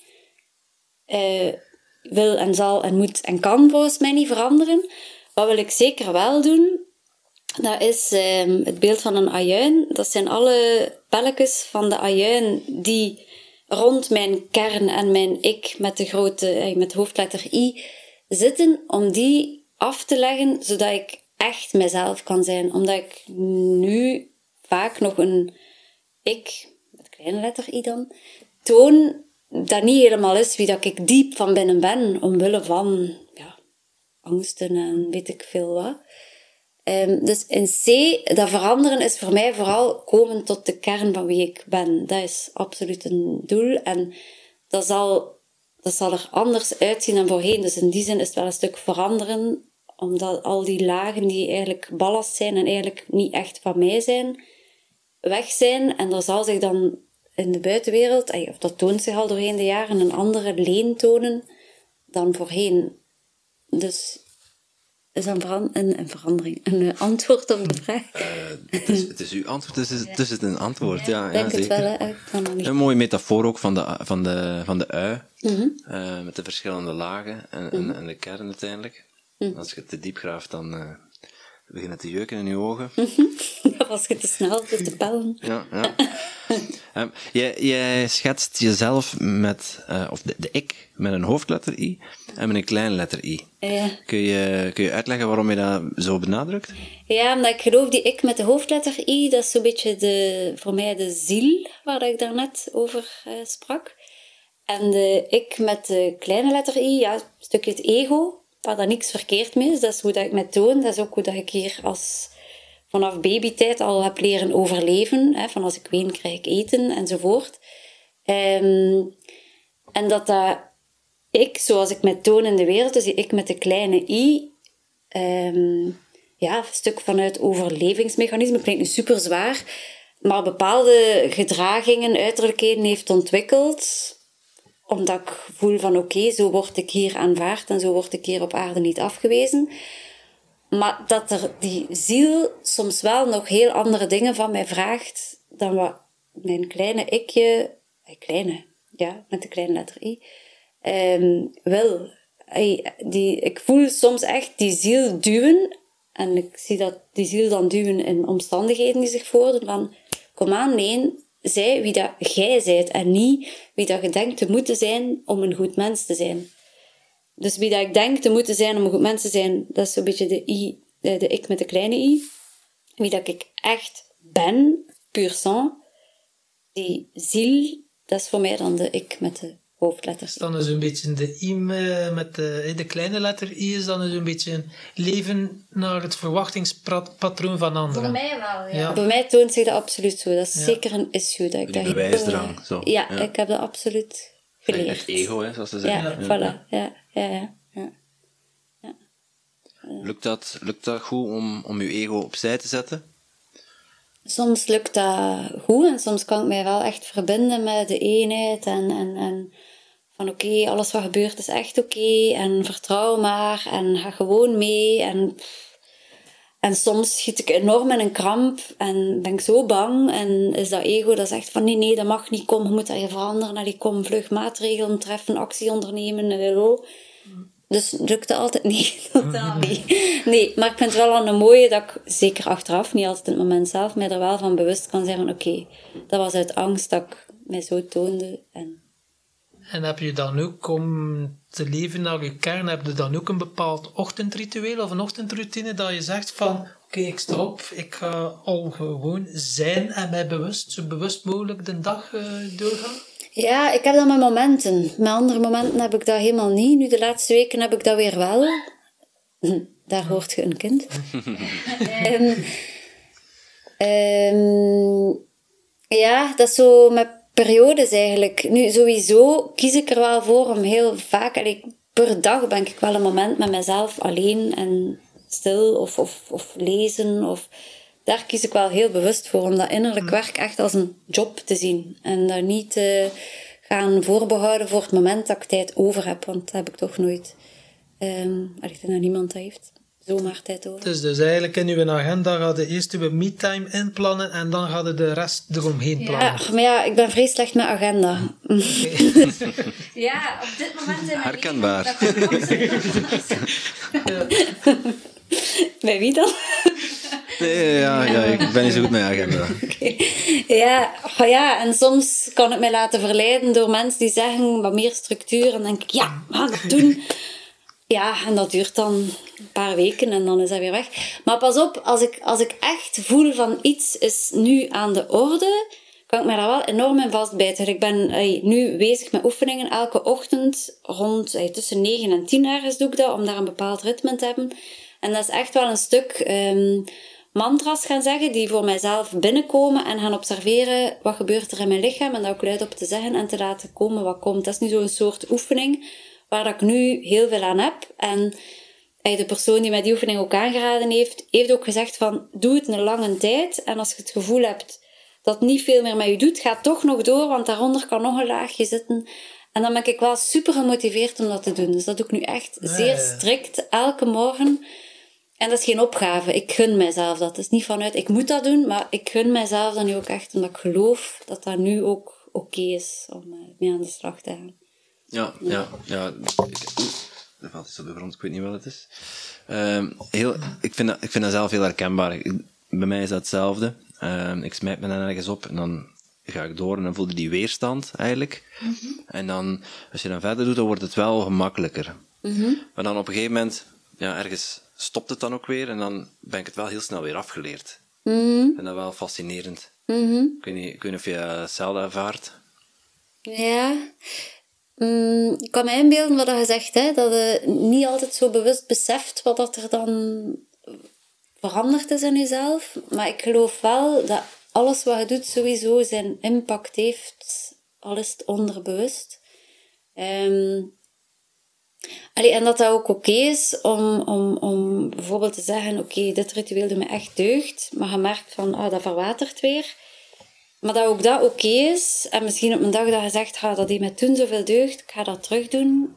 wil en zal en moet en kan volgens mij niet veranderen. Wat wil ik zeker wel doen? Dat is het beeld van een ajuin. Dat zijn alle pelletjes van de ajuin die rond mijn kern en mijn ik met hoofdletter I zitten, om die af te leggen, zodat ik echt mezelf kan zijn. Omdat ik nu vaak nog een ik, met kleine letter I dan, toon dat niet helemaal is wie dat ik diep van binnen ben, omwille van angsten en weet ik veel wat. Dus in C, dat veranderen is voor mij vooral komen tot de kern van wie ik ben. Dat is absoluut een doel. En dat zal er anders uitzien dan voorheen. Dus in die zin is het wel een stuk veranderen, omdat al die lagen die eigenlijk ballast zijn en eigenlijk niet echt van mij zijn, weg zijn. En er zal zich dan in de buitenwereld, of dat toont zich al doorheen de jaren, een andere leen tonen dan voorheen. Dus is een verandering, een antwoord op de vraag. Het is uw antwoord, dus het is een antwoord. Ja, denk het zeker. wel, hè. Een mooie metafoor ook van de ui, Mm-hmm. met de verschillende lagen en de kern uiteindelijk. Als je te diep graaft, dan beginnen te jeuken in je ogen. Als je te snel zit te pellen. Ja. Jij schetst jezelf met, of de ik met een hoofdletter I en met een kleine letter I. Ja. Kun je uitleggen waarom je dat zo benadrukt? Ja, omdat ik geloof die ik met de hoofdletter I, dat is zo'n beetje voor mij de ziel, waar ik daarnet over sprak. En de ik met de kleine letter I, een stukje het ego, waar daar niks verkeerd mee is. Dat is hoe dat ik me toon. Dat is ook hoe dat ik hier vanaf babytijd al heb leren overleven. Hè. Van als ik ween, krijg ik eten, enzovoort. En dat ik, zoals ik me toon in de wereld, dus die ik met de kleine I, een stuk vanuit overlevingsmechanisme, klinkt nu super zwaar, maar bepaalde gedragingen, uiterlijkheden heeft ontwikkeld, omdat ik voel van oké, zo word ik hier aanvaard en zo word ik hier op aarde niet afgewezen. Maar dat er die ziel soms wel nog heel andere dingen van mij vraagt dan wat mijn kleine ikje, met de kleine letter I, wil. Ik voel soms echt die ziel duwen. En ik zie dat die ziel dan duwen in omstandigheden die zich voordoen. Van, kom aan, nee, zij wie dat jij zijt. En niet wie dat je denkt te moeten zijn om een goed mens te zijn. Dus wie dat ik denk te moeten zijn om een goed mens te zijn, dat is zo'n beetje de ik met de kleine I. Wie dat ik echt ben, puur sang. Die ziel, dat is voor mij dan de ik met de hoofdletters. Dan is een beetje de I met de kleine letter I is dan een beetje een leven naar het verwachtingspatroon van anderen. Voor mij wel, ja. Bij mij toont zich dat absoluut zo. Dat is zeker een issue. Dat ik Die bewijsdrang. Zo. Ja, ik heb dat absoluut geleerd. Het ego, hè, zoals ze zeggen. Ja, voilà. Ja. Lukt dat goed om je ego opzij te zetten? Soms lukt dat goed en soms kan ik mij wel echt verbinden met de eenheid en van oké, alles wat gebeurt is echt oké en vertrouw maar en ga gewoon mee en soms schiet ik enorm in een kramp en ben ik zo bang en is dat ego dat zegt van nee, dat mag niet, kom, je moet dat je veranderen, kom vlug maatregelen treffen, actie ondernemen, Dus lukt het altijd niet, totaal niet. Nee, maar ik vind het wel een mooie dat ik, zeker achteraf, niet altijd in het moment zelf, mij er wel van bewust kan zijn van oké, dat was uit angst dat ik mij zo toonde. En En heb je dan ook, om te leven naar je kern, heb je dan ook een bepaald ochtendritueel of een ochtendroutine dat je zegt van, oké, ik sta op, ik ga al gewoon zijn en mij zo bewust mogelijk de dag doorgaan? Ja, ik heb dat met momenten. Met andere momenten heb ik dat helemaal niet. Nu, de laatste weken heb ik dat weer wel. Daar hoort je een kind. Ja, dat is zo met periodes eigenlijk. Nu, sowieso kies ik er wel voor om heel vaak... per dag ben ik wel een moment met mezelf alleen en stil of lezen. Daar kies ik wel heel bewust voor, om dat innerlijk werk echt als een job te zien. En dat niet te gaan voorbehouden voor het moment dat ik tijd over heb. Want dat heb ik toch nooit... ik denk dat niemand dat heeft. Zomaar tijd over. Dus eigenlijk in uw agenda ga je eerst uw me-time inplannen en dan ga je de rest eromheen plannen. Ja, maar ja, ik ben vrij slecht met agenda. Okay. Ja, op dit moment in mijn herkenbaar. Bij wie dan? Nee, ja, ik ben niet zo goed met agenda. Okay. Ja, en soms kan het mij laten verleiden door mensen die zeggen wat meer structuur. En dan denk ik, ja, we gaan het doen. Ja, en dat duurt dan een paar weken en dan is dat weer weg. Maar pas op, als ik echt voel van iets is nu aan de orde, kan ik me daar wel enorm in vastbijten. Ik ben nu bezig met oefeningen elke ochtend rond tussen 9 en 10 ergens doe ik dat, om daar een bepaald ritme te hebben. En dat is echt wel een stuk mantras gaan zeggen die voor mijzelf binnenkomen en gaan observeren wat gebeurt er in mijn lichaam en daar ook luid op te zeggen en te laten komen wat komt. Dat is nu zo'n soort oefening waar dat ik nu heel veel aan heb. En de persoon die mij die oefening ook aangeraden heeft ook gezegd van, doe het een lange tijd. En als je het gevoel hebt dat het niet veel meer met je doet, ga toch nog door, want daaronder kan nog een laagje zitten. En dan ben ik wel super gemotiveerd om dat te doen. Dus dat doe ik nu echt zeer strikt, elke morgen. En dat is geen opgave. Ik gun mijzelf dat. Het is niet vanuit, ik moet dat doen, maar ik gun mijzelf dat nu ook echt, omdat ik geloof dat dat nu ook oké is om mee aan de slag te gaan. Ja. Er valt iets op de grond, ik weet niet wat het is. Ik vind dat zelf heel herkenbaar. Bij mij is dat hetzelfde. Ik smijt me dan ergens op en dan ga ik door en dan voel je die weerstand eigenlijk. Mm-hmm. En dan, als je dan verder doet, dan wordt het wel gemakkelijker. Mm-hmm. Maar dan op een gegeven moment, ergens stopt het dan ook weer en dan ben ik het wel heel snel weer afgeleerd. Mm-hmm. Ik vind dat wel fascinerend. Mm-hmm. Ik weet niet of je hetzelfde ervaart. Ja... ik kan me inbeelden wat je zegt, hè, dat je niet altijd zo bewust beseft wat dat er dan veranderd is in jezelf. Maar ik geloof wel dat alles wat je doet sowieso zijn impact heeft, al is het onderbewust. En dat ook oké is om bijvoorbeeld te zeggen, oké, dit ritueel doet me echt deugd, maar je merkt van, dat verwatert weer. Maar dat ook dat oké is. En misschien op een dag dat je zegt, dat deed mij toen zoveel deugd, ik ga dat terug doen.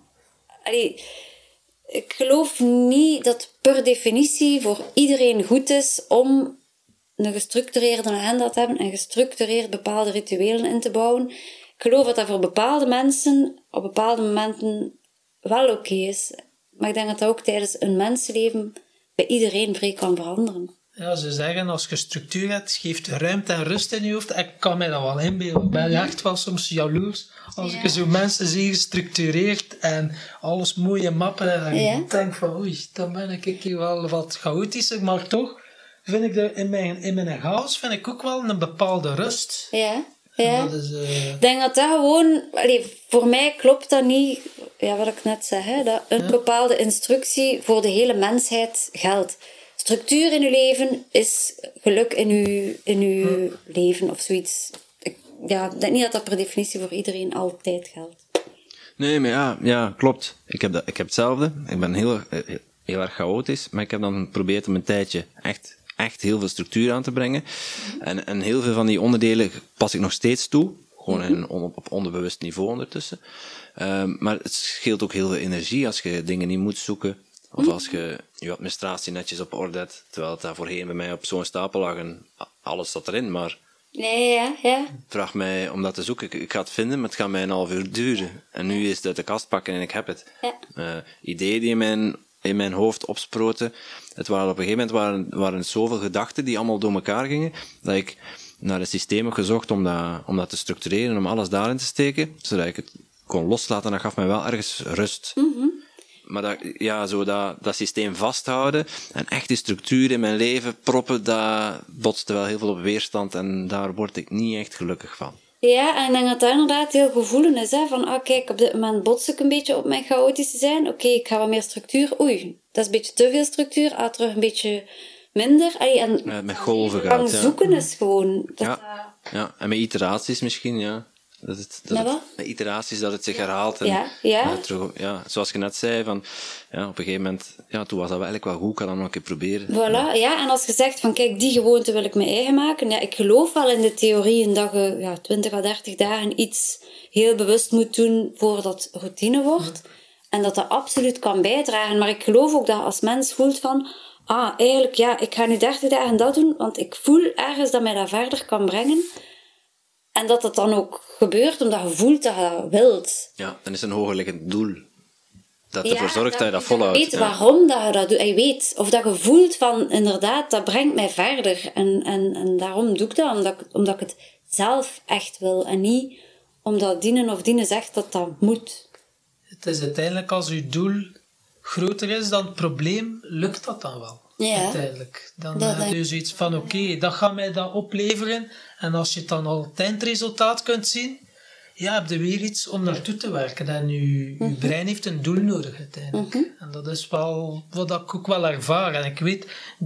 Ik geloof niet dat per definitie voor iedereen goed is om een gestructureerde agenda te hebben en gestructureerd bepaalde rituelen in te bouwen. Ik geloof dat dat voor bepaalde mensen op bepaalde momenten wel oké is. Maar ik denk dat dat ook tijdens een mensenleven bij iedereen vrij kan veranderen. Ja, ze zeggen, als je structuur hebt, geeft ruimte en rust in je hoofd. Ik kan mij dat wel inbeelden. Ik ben echt wel soms jaloers als ik zo mensen zie gestructureerd en alles mooie mappen. En ik denk van, oei, dan ben ik hier wel wat chaotischer. Maar toch vind ik in mijn chaos vind ik ook wel een bepaalde rust. Ja. Dat is, ik denk dat dat gewoon... voor mij klopt dat niet, wat ik net zei, hè, dat een bepaalde instructie voor de hele mensheid geldt. Structuur in uw leven is geluk in uw leven of zoiets. Ik denk niet dat dat per definitie voor iedereen altijd geldt. Nee, maar ja, klopt. Ik heb hetzelfde. Ik ben heel erg chaotisch, maar ik heb dan geprobeerd om een tijdje echt heel veel structuur aan te brengen. Mm-hmm. En heel veel van die onderdelen pas ik nog steeds toe. Gewoon op onderbewust niveau ondertussen. Maar het scheelt ook heel veel energie als je dingen niet moet zoeken. Of als je je administratie netjes op orde hebt, terwijl het daar voorheen bij mij op zo'n stapel lag en alles zat erin, maar... Nee, Vraag mij om dat te zoeken. Ik ga het vinden, maar het gaat mij een half uur duren. En nu is het uit de kast pakken en ik heb het. Ja. Ideeën die in mijn hoofd opsproten, op een gegeven moment waren het zoveel gedachten die allemaal door elkaar gingen, dat ik naar een systeem heb gezocht om dat te structureren, om alles daarin te steken, zodat ik het kon loslaten, dat gaf mij wel ergens rust. Maar dat systeem vasthouden en echt die structuur in mijn leven proppen, dat botste wel heel veel op weerstand en daar word ik niet echt gelukkig van. Ja, en ik denk dat dat inderdaad heel gevoelig is. Hè? Van, kijk, op dit moment bots ik een beetje op mijn chaotische zijn. Oké, ik ga wat meer structuur. Oei, dat is een beetje te veel structuur. Terug een beetje minder. En met golven gaat. Lang zoeken is gewoon... Ja, en met iteraties misschien, ja. Met iteraties dat het zich herhaalt. En, zoals je net zei, van, op een gegeven moment, toen was dat wel eigenlijk wel goed, ik kan dat nog een keer proberen. Voilà, en als je zegt van, kijk, die gewoonte wil ik me eigen maken. Ja, ik geloof wel in de theorieën dat je 20 à 30 dagen iets heel bewust moet doen voordat het routine wordt. En dat absoluut kan bijdragen. Maar ik geloof ook dat als mens voelt van, eigenlijk, ik ga nu 30 dagen dat doen, want ik voel ergens dat mij dat verder kan brengen. En dat het dan ook gebeurt omdat je voelt dat je dat wilt. Ja, dan is het een hogerliggend doel. Dat ervoor zorgt dat je dat volhoudt. Je weet waarom dat je dat doet. Je weet. Of dat je voelt van, inderdaad, dat brengt mij verder. En daarom doe ik dat. Omdat ik het zelf echt wil. En niet omdat dienen of dienen zegt dat dat moet. Het is uiteindelijk als je doel groter is dan het probleem, lukt dat dan wel. Ja. Uiteindelijk. Dan heb je zoiets van, oké, dat gaat mij dat opleveren. En als je het dan al het eindresultaat kunt zien, heb je weer iets om naartoe te werken. En je brein heeft een doel nodig uiteindelijk. En dat is wel wat ik ook wel ervaar. En ik weet,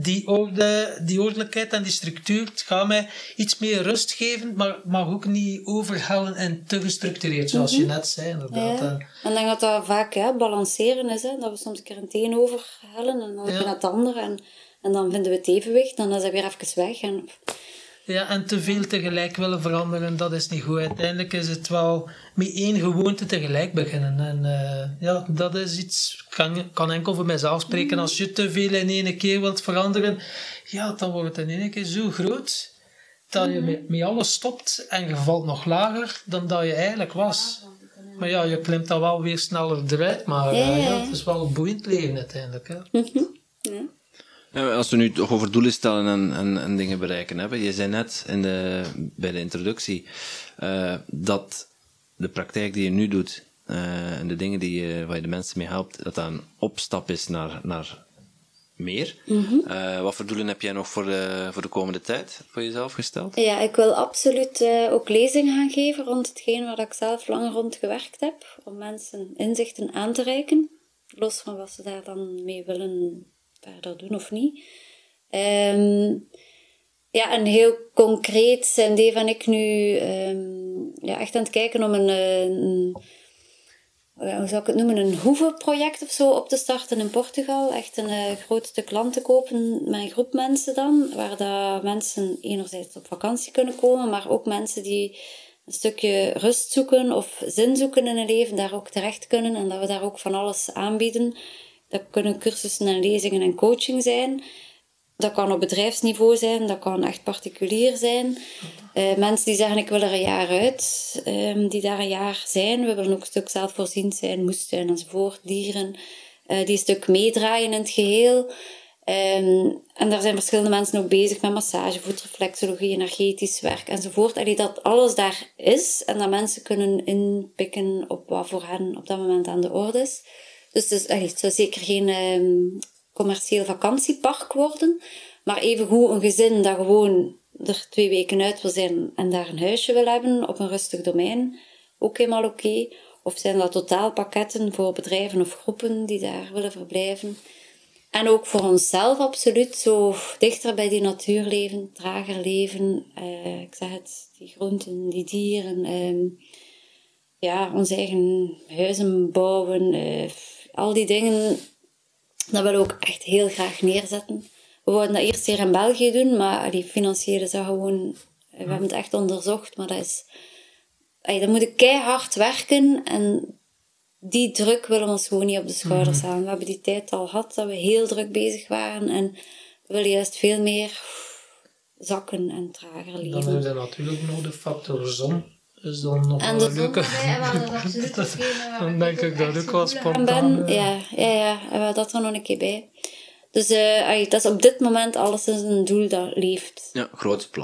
die ordelijkheid en die structuur, het gaat mij iets meer rust geven, maar mag ook niet overhellen en te gestructureerd, zoals je net zei. Inderdaad. Ja. En ik denk dat dat vaak balanceren is. Hè? Dat we soms een keer een teen overhellen en dan het andere. En dan vinden we het evenwicht, dan is dat weer even weg. Ja, en te veel tegelijk willen veranderen, dat is niet goed. Uiteindelijk is het wel met één gewoonte tegelijk beginnen. En dat is iets, kan enkel voor mijzelf spreken. Als je te veel in één keer wilt veranderen, dan wordt het in één keer zo groot dat je met alles stopt en je valt nog lager dan dat je eigenlijk was. Maar je klimt dan wel weer sneller eruit, maar het is wel een boeiend leven uiteindelijk. Hè. Als we nu toch over doelen stellen en dingen bereiken hebben. Je zei net bij de introductie dat de praktijk die je nu doet en de dingen waar je de mensen mee helpt, dat een opstap is naar meer. Wat voor doelen heb jij nog voor de komende tijd voor jezelf gesteld? Ja, ik wil absoluut ook lezingen gaan geven rond hetgeen waar ik zelf langer rond gewerkt heb. Om mensen inzichten aan te reiken. Los van wat ze daar dan mee willen verder doen of niet. En heel concreet zijn Dave en ik nu echt aan het kijken om hoe zou ik het noemen, een hoevenproject of zo op te starten in Portugal. Echt een groot stuk land te kopen met een groep mensen dan, waar dat mensen enerzijds op vakantie kunnen komen, maar ook mensen die een stukje rust zoeken of zin zoeken in hun leven, daar ook terecht kunnen en dat we daar ook van alles aanbieden. Dat kunnen cursussen en lezingen en coaching zijn. Dat kan op bedrijfsniveau zijn, dat kan echt particulier zijn. Mensen die zeggen, ik wil er een jaar uit, die daar een jaar zijn. We willen ook een stuk zelfvoorziend zijn, moestuin enzovoort, dieren. Die een stuk meedraaien in het geheel. En daar zijn verschillende mensen ook bezig met massage, voetreflexologie, energetisch werk enzovoort. Dat alles daar is en dat mensen kunnen inpikken op wat voor hen op dat moment aan de orde is. Dus het zou zeker geen commercieel vakantiepark worden. Maar evengoed een gezin dat gewoon er 2 weken uit wil zijn en daar een huisje wil hebben op een rustig domein. Ook helemaal oké. Of zijn dat totaalpakketten voor bedrijven of groepen die daar willen verblijven. En ook voor onszelf absoluut. Zo dichter bij die natuur leven, trager leven. Ik zeg het, die groenten, die dieren. Ons eigen huizen bouwen. Al die dingen, dat willen we ook echt heel graag neerzetten. We wouden dat eerst hier in België doen, maar die financiële is dat gewoon... We hebben het echt onderzocht, maar dat is... Dan moet ik keihard werken en die druk willen we ons gewoon niet op de schouders halen. We hebben die tijd al gehad dat we heel druk bezig waren en we willen juist veel meer zakken en trager leven. Dan heb je natuurlijk nog de factor zon. Dus dan nog en wel een leuke... Dan denk ik dat ook wel spontaan... Ja, dat er nog een keer bij. Dus dat is op dit moment alles een doel dat leeft. Ja, grote plannen.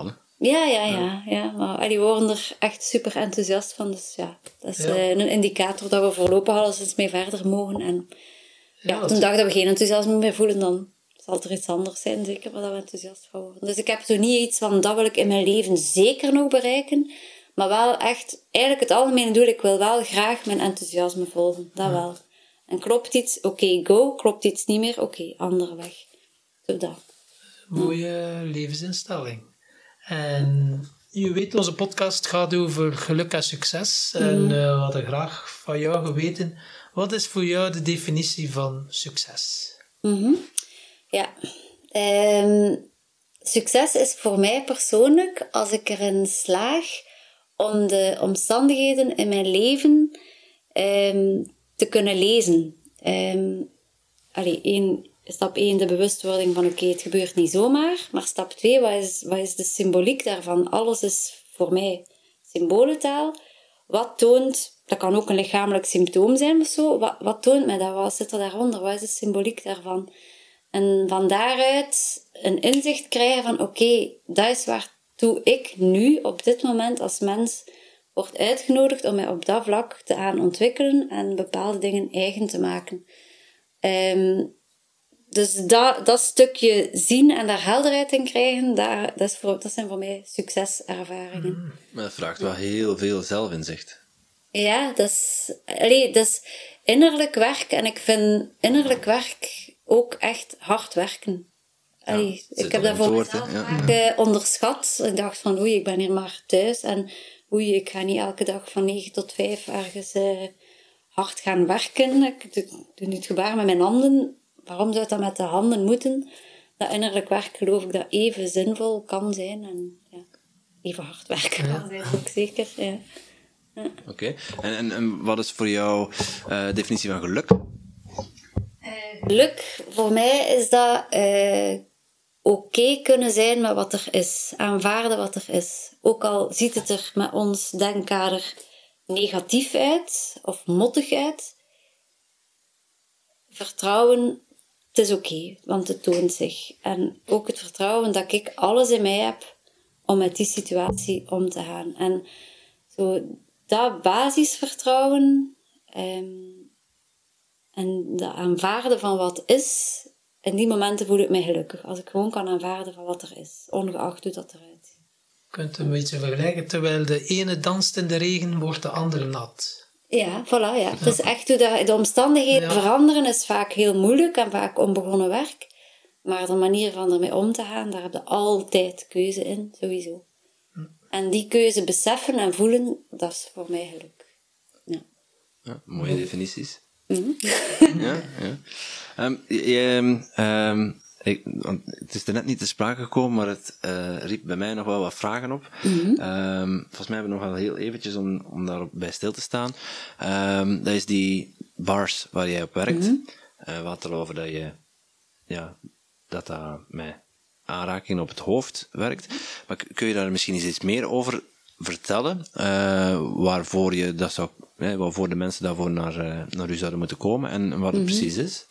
Ja. Maar die worden er echt super enthousiast van. Dus ja, dat is een indicator dat we voorlopig alles mee verder mogen. En op de dag dat we geen enthousiasme meer voelen, dan zal er iets anders zijn, zeker, waar we enthousiast van worden. Dus ik heb zo niet iets van, dat wil ik in mijn leven zeker nog bereiken. Maar wel echt, eigenlijk het algemene doel, ik wil wel graag mijn enthousiasme volgen. Dat wel. En klopt iets, oké, go. Klopt iets niet meer, oké, andere weg. Zo dat. Mooie levensinstelling. En je weet, onze podcast gaat over geluk en succes. En we hadden graag van jou geweten, wat is voor jou de definitie van succes? Ja. Succes is voor mij persoonlijk, als ik erin slaag om de omstandigheden in mijn leven te kunnen lezen. Stap 1, de bewustwording van oké, het gebeurt niet zomaar. Maar stap 2, wat is de symboliek daarvan? Alles is voor mij symbolentaal. Wat toont, dat kan ook een lichamelijk symptoom zijn of zo. Wat toont mij dat? Wat zit er daaronder? Wat is de symboliek daarvan? En van daaruit een inzicht krijgen van oké, dat is waartoe ik nu op dit moment als mens word uitgenodigd om mij op dat vlak te gaan ontwikkelen en bepaalde dingen eigen te maken. Dus dat stukje zien en daar helderheid in krijgen, dat zijn voor mij succeservaringen. Maar dat vraagt wel heel veel zelfinzicht. Ja, dat is innerlijk werk. En ik vind innerlijk werk ook echt hard werken. Ik heb dat voor mezelf vaak onderschat. Ik dacht van, oei, ik ben hier maar thuis. En oei, ik ga niet elke dag van 9 tot 5 ergens hard gaan werken. Ik doe nu het gebaar met mijn handen. Waarom zou dat met de handen moeten? Dat innerlijk werk, geloof ik, dat even zinvol kan zijn. En even hard werken kan zijn ook zeker. Ja. Oké. En wat is voor jou definitie van geluk? Geluk, voor mij is dat oké kunnen zijn met wat er is. Aanvaarden wat er is. Ook al ziet het er met ons denkkader negatief uit, of mottig uit. Vertrouwen, het is oké, want het toont zich. En ook het vertrouwen dat ik alles in mij heb om met die situatie om te gaan. En zo dat basisvertrouwen en dat aanvaarden van wat is, in die momenten voel ik mij gelukkig. Als ik gewoon kan aanvaarden van wat er is, ongeacht hoe dat eruit ziet. Je kunt een beetje vergelijken, terwijl de ene danst in de regen, wordt de andere nat. Ja, voilà, ja. Het is echt hoe de omstandigheden veranderen is vaak heel moeilijk en vaak onbegonnen werk. Maar de manier van ermee om te gaan, daar heb je altijd keuze in, sowieso. En die keuze beseffen en voelen, dat is voor mij geluk. Ja, mooie definities. Het is er net niet te sprake gekomen, maar het riep bij mij nog wel wat vragen op. Volgens mij hebben we nog wel heel eventjes om daarbij stil te staan. Dat is die bars waar jij op werkt. Wat erover dat je dat met aanraking op het hoofd werkt. Maar kun je daar misschien eens iets meer over vertellen? Waarvoor je dat zou, waarvoor de mensen daarvoor naar u zouden moeten komen en wat het precies is?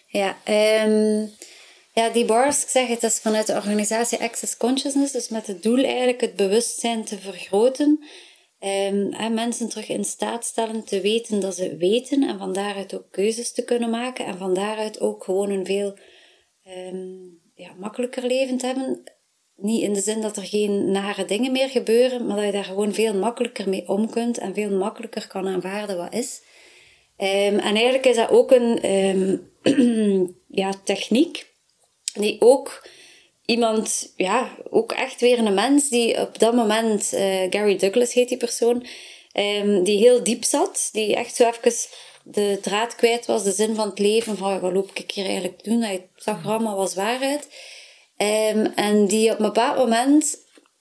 Ja, die bars, ik zeg het, is vanuit de organisatie Access Consciousness, dus met het doel eigenlijk het bewustzijn te vergroten. Mensen terug in staat stellen te weten dat ze weten en van daaruit ook keuzes te kunnen maken en van daaruit ook gewoon een veel makkelijker leven te hebben. Niet in de zin dat er geen nare dingen meer gebeuren, maar dat je daar gewoon veel makkelijker mee om kunt en veel makkelijker kan aanvaarden wat is. En eigenlijk is dat ook een techniek die ook iemand, ook echt weer een mens die op dat moment, Gary Douglas heet die persoon, die heel diep zat, die echt zo even de draad kwijt was, de zin van het leven, van wat loop ik hier eigenlijk doen, hij zag er allemaal wel zwaar uit. En die op een bepaald moment,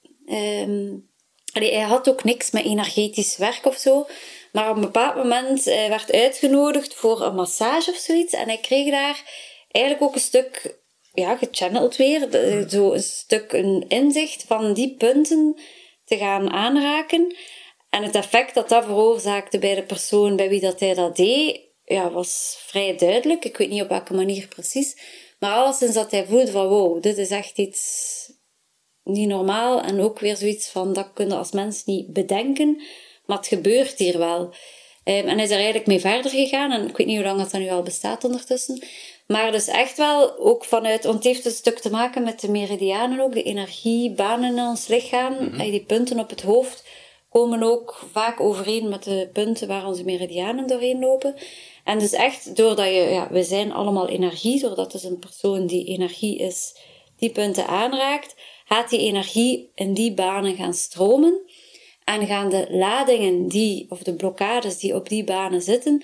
hij had ook niks met energetisch werk of zo, maar op een bepaald moment werd uitgenodigd voor een massage of zoiets. En hij kreeg daar eigenlijk ook een stuk, gechanneld weer, zo een stuk een inzicht van die punten te gaan aanraken. En het effect dat dat veroorzaakte bij de persoon bij wie dat hij dat deed, was vrij duidelijk. Ik weet niet op welke manier precies. Maar alleszins dat hij voelde van, wow, dit is echt iets niet normaal. En ook weer zoiets van, dat kun je als mens niet bedenken. Maar het gebeurt hier wel. En hij is er eigenlijk mee verder gegaan. En ik weet niet hoe lang dat nu al bestaat ondertussen. Maar dus echt wel ook vanuit... Want het heeft een stuk te maken met de meridianen ook. De energiebanen in ons lichaam. Die punten op het hoofd komen ook vaak overeen met de punten waar onze meridianen doorheen lopen. En dus echt, doordat we zijn allemaal energie. Doordat dus een persoon die energie is, die punten aanraakt, gaat die energie in die banen gaan stromen. En gaan de ladingen of de blokkades die op die banen zitten,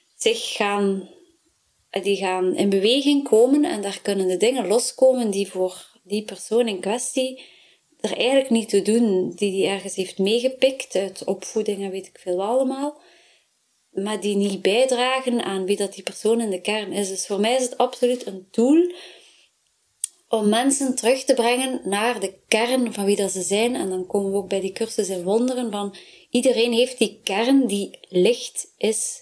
die gaan in beweging komen. En daar kunnen de dingen loskomen die voor die persoon in kwestie er eigenlijk niet toe doen. Die ergens heeft meegepikt uit opvoeding en weet ik veel allemaal. Maar die niet bijdragen aan wie dat die persoon in de kern is. Dus voor mij is het absoluut een tool om mensen terug te brengen naar de kern van wie dat ze zijn. En dan komen we ook bij die cursus in wonderen van iedereen heeft die kern die licht is.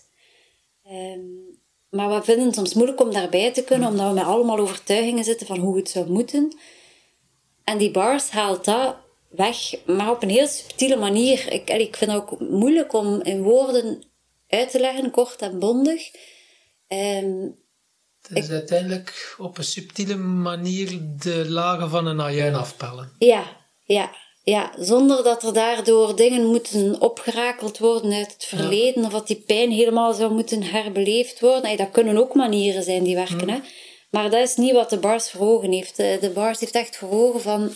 Maar we vinden het soms moeilijk om daarbij te kunnen, omdat we met allemaal overtuigingen zitten van hoe het zou moeten. En die bars haalt dat weg, maar op een heel subtiele manier. Ik vind het ook moeilijk om in woorden uit te leggen, kort en bondig. Het is uiteindelijk op een subtiele manier de lagen van een ajuin afpellen. Ja, zonder dat er daardoor dingen moeten opgerakeld worden uit het verleden, of dat die pijn helemaal zou moeten herbeleefd worden. Dat kunnen ook manieren zijn die werken, hè. Maar dat is niet wat de bars voor ogen heeft. De bars heeft echt voor ogen van...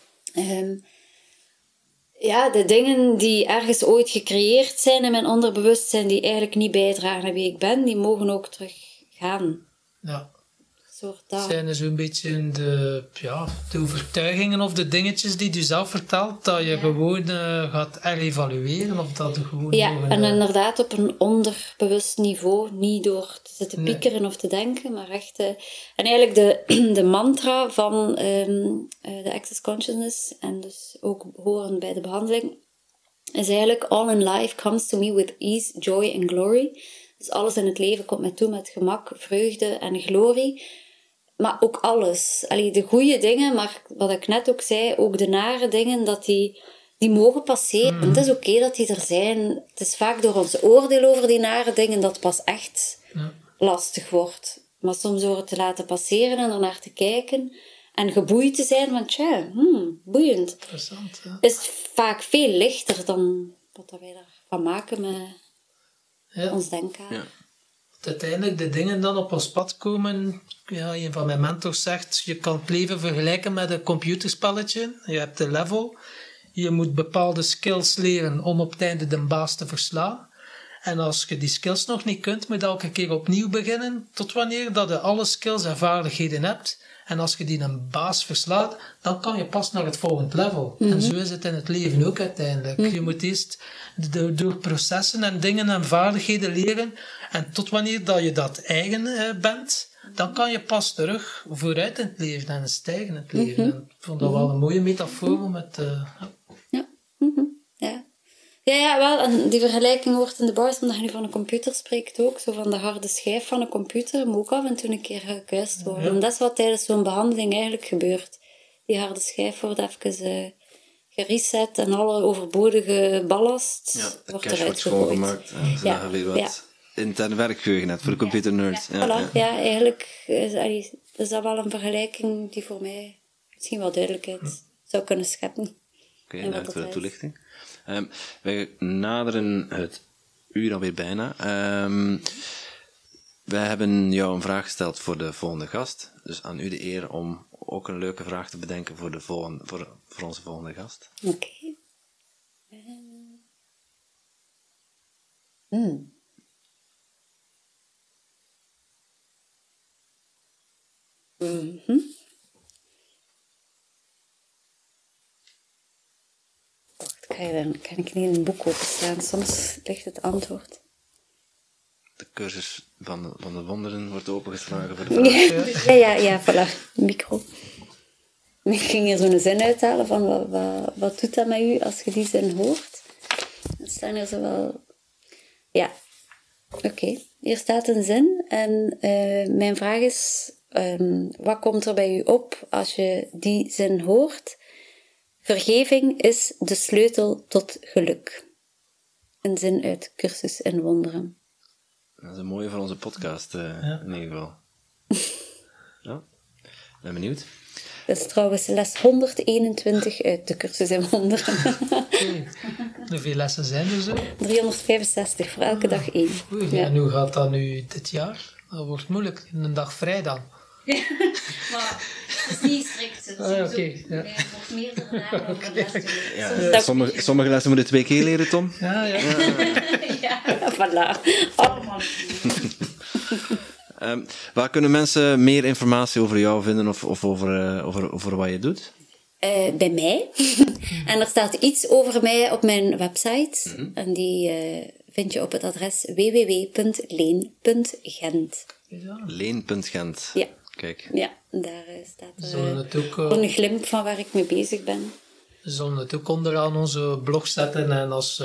de dingen die ergens ooit gecreëerd zijn in mijn onderbewustzijn, die eigenlijk niet bijdragen aan wie ik ben, die mogen ook terug gaan. Ja. Dat zijn er zo'n beetje de overtuigingen of de dingetjes die je zelf vertelt, dat je gewoon gaat evalueren of dat gewoon... en inderdaad op een onderbewust niveau, niet door te zitten piekeren of te denken, maar echt... en eigenlijk de mantra van de Access Consciousness, en dus ook horen bij de behandeling, is eigenlijk: all in life comes to me with ease, joy and glory. Dus alles in het leven komt mij toe met gemak, vreugde en glorie. Maar ook alles. De goede dingen, maar wat ik net ook zei, ook de nare dingen, dat die mogen passeren. Het is oké dat die er zijn. Het is vaak door ons oordeel over die nare dingen dat pas echt lastig wordt. Maar soms door het te laten passeren en ernaar te kijken en geboeid te zijn, want boeiend. Interessant, ja. Is vaak veel lichter dan wat wij ervan maken met ons denken. Ja. Uiteindelijk de dingen dan op ons pad komen. Ja, een van mijn mentors zegt, je kan het leven vergelijken met een computerspelletje. Je hebt een level. Je moet bepaalde skills leren om op het einde de baas te verslaan. En als je die skills nog niet kunt, moet je elke keer opnieuw beginnen. Tot wanneer dat je alle skills en vaardigheden hebt. En als je die een baas verslaat, dan kan je pas naar het volgende level. En zo is het in het leven ook uiteindelijk. Je moet eerst door processen en dingen en vaardigheden leren. En tot wanneer dat je dat eigen bent, dan kan je pas terug vooruit in het leven en stijgen in het leven. En ik vond dat wel een mooie metafoor om het... Ja, wel. En die vergelijking wordt in de bars, omdat je nu van een computer spreekt ook, zo van de harde schijf van een computer, moet ook af en toe een keer gekuist worden. Ja. En dat is wat tijdens zo'n behandeling eigenlijk gebeurt. Die harde schijf wordt even gereset en alle overbodige ballast wordt eruit gegooid. Gemaakt, en ze hebben weer wat intern werkgeheugen net voor de computernerds. Ja, eigenlijk is dat wel een vergelijking die voor mij misschien wel duidelijkheid zou kunnen scheppen. Oké, dank voor de toelichting. Wij naderen het uur alweer bijna. Wij hebben jou een vraag gesteld voor de volgende gast. Dus aan u de eer om ook een leuke vraag te bedenken voor onze volgende gast. Oké. Kan ik niet in een boek openstaan? Soms ligt het antwoord. De cursus van de wonderen wordt opengeslagen voor de vraag. Ja, voilà. Micro. Ik ging hier zo'n zin uithalen van wat doet dat met u als je die zin hoort? Dan staan er zo wel... Ja. Oké. Hier staat een zin en mijn vraag is... wat komt er bij u op als je die zin hoort? Vergeving is de sleutel tot geluk. Een zin uit Cursus in Wonderen. Dat is een mooie voor onze podcast, in ieder geval. Ja, ben benieuwd. Dat is trouwens les 121 uit de Cursus in Wonderen. Okay. Hoeveel lessen zijn er zo? 365, voor elke dag 1. Oei, Ja. en hoe gaat dat nu dit jaar? Dat wordt moeilijk, een dag vrij dan. Maar het is niet strikt. Oké. Ja. nog meerdere dagen over les doen. Ja, sommige lessen moeten 2 keer leren, Tom. Ja. Ja, voilà. Allemaal. Waar kunnen mensen meer informatie over jou vinden of over wat je doet? Bij mij. En er staat iets over mij op mijn website. En die vind je op het adres www.leen.gent. Leen.gent. Ja. Kijk. Ja, daar staat Zullen het ook, een glimp van waar ik mee bezig ben. we zullen het ook onderaan onze blog zetten en als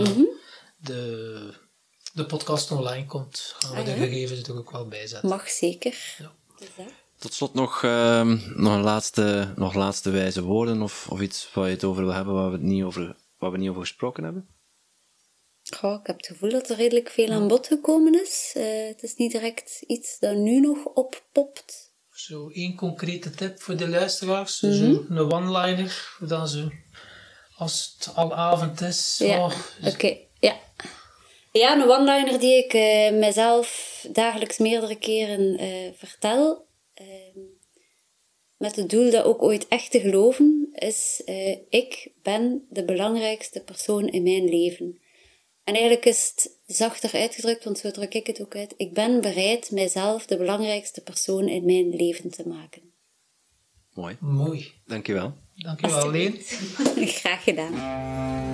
de podcast online komt, gaan we de gegevens er ook wel bij zetten. Mag zeker. Ja. Dus dat. Tot slot nog laatste wijze woorden of iets waar je het over wil hebben waar we niet over gesproken hebben? Goh, ik heb het gevoel dat er redelijk veel aan bod gekomen is. Het is niet direct iets dat nu nog oppopt. Zo één concrete tip voor de luisteraars. Zo een one-liner, dan zo, als het al avond is. Ja, oké. Ja. Ja, een one-liner die ik mezelf dagelijks meerdere keren vertel. Met het doel dat ook ooit echt te geloven, is ik ben de belangrijkste persoon in mijn leven. En eigenlijk is het zachter uitgedrukt, want zo druk ik het ook uit. Ik ben bereid mijzelf de belangrijkste persoon in mijn leven te maken. Mooi. Mooi. Dankjewel. Dankjewel, Leen. Graag gedaan.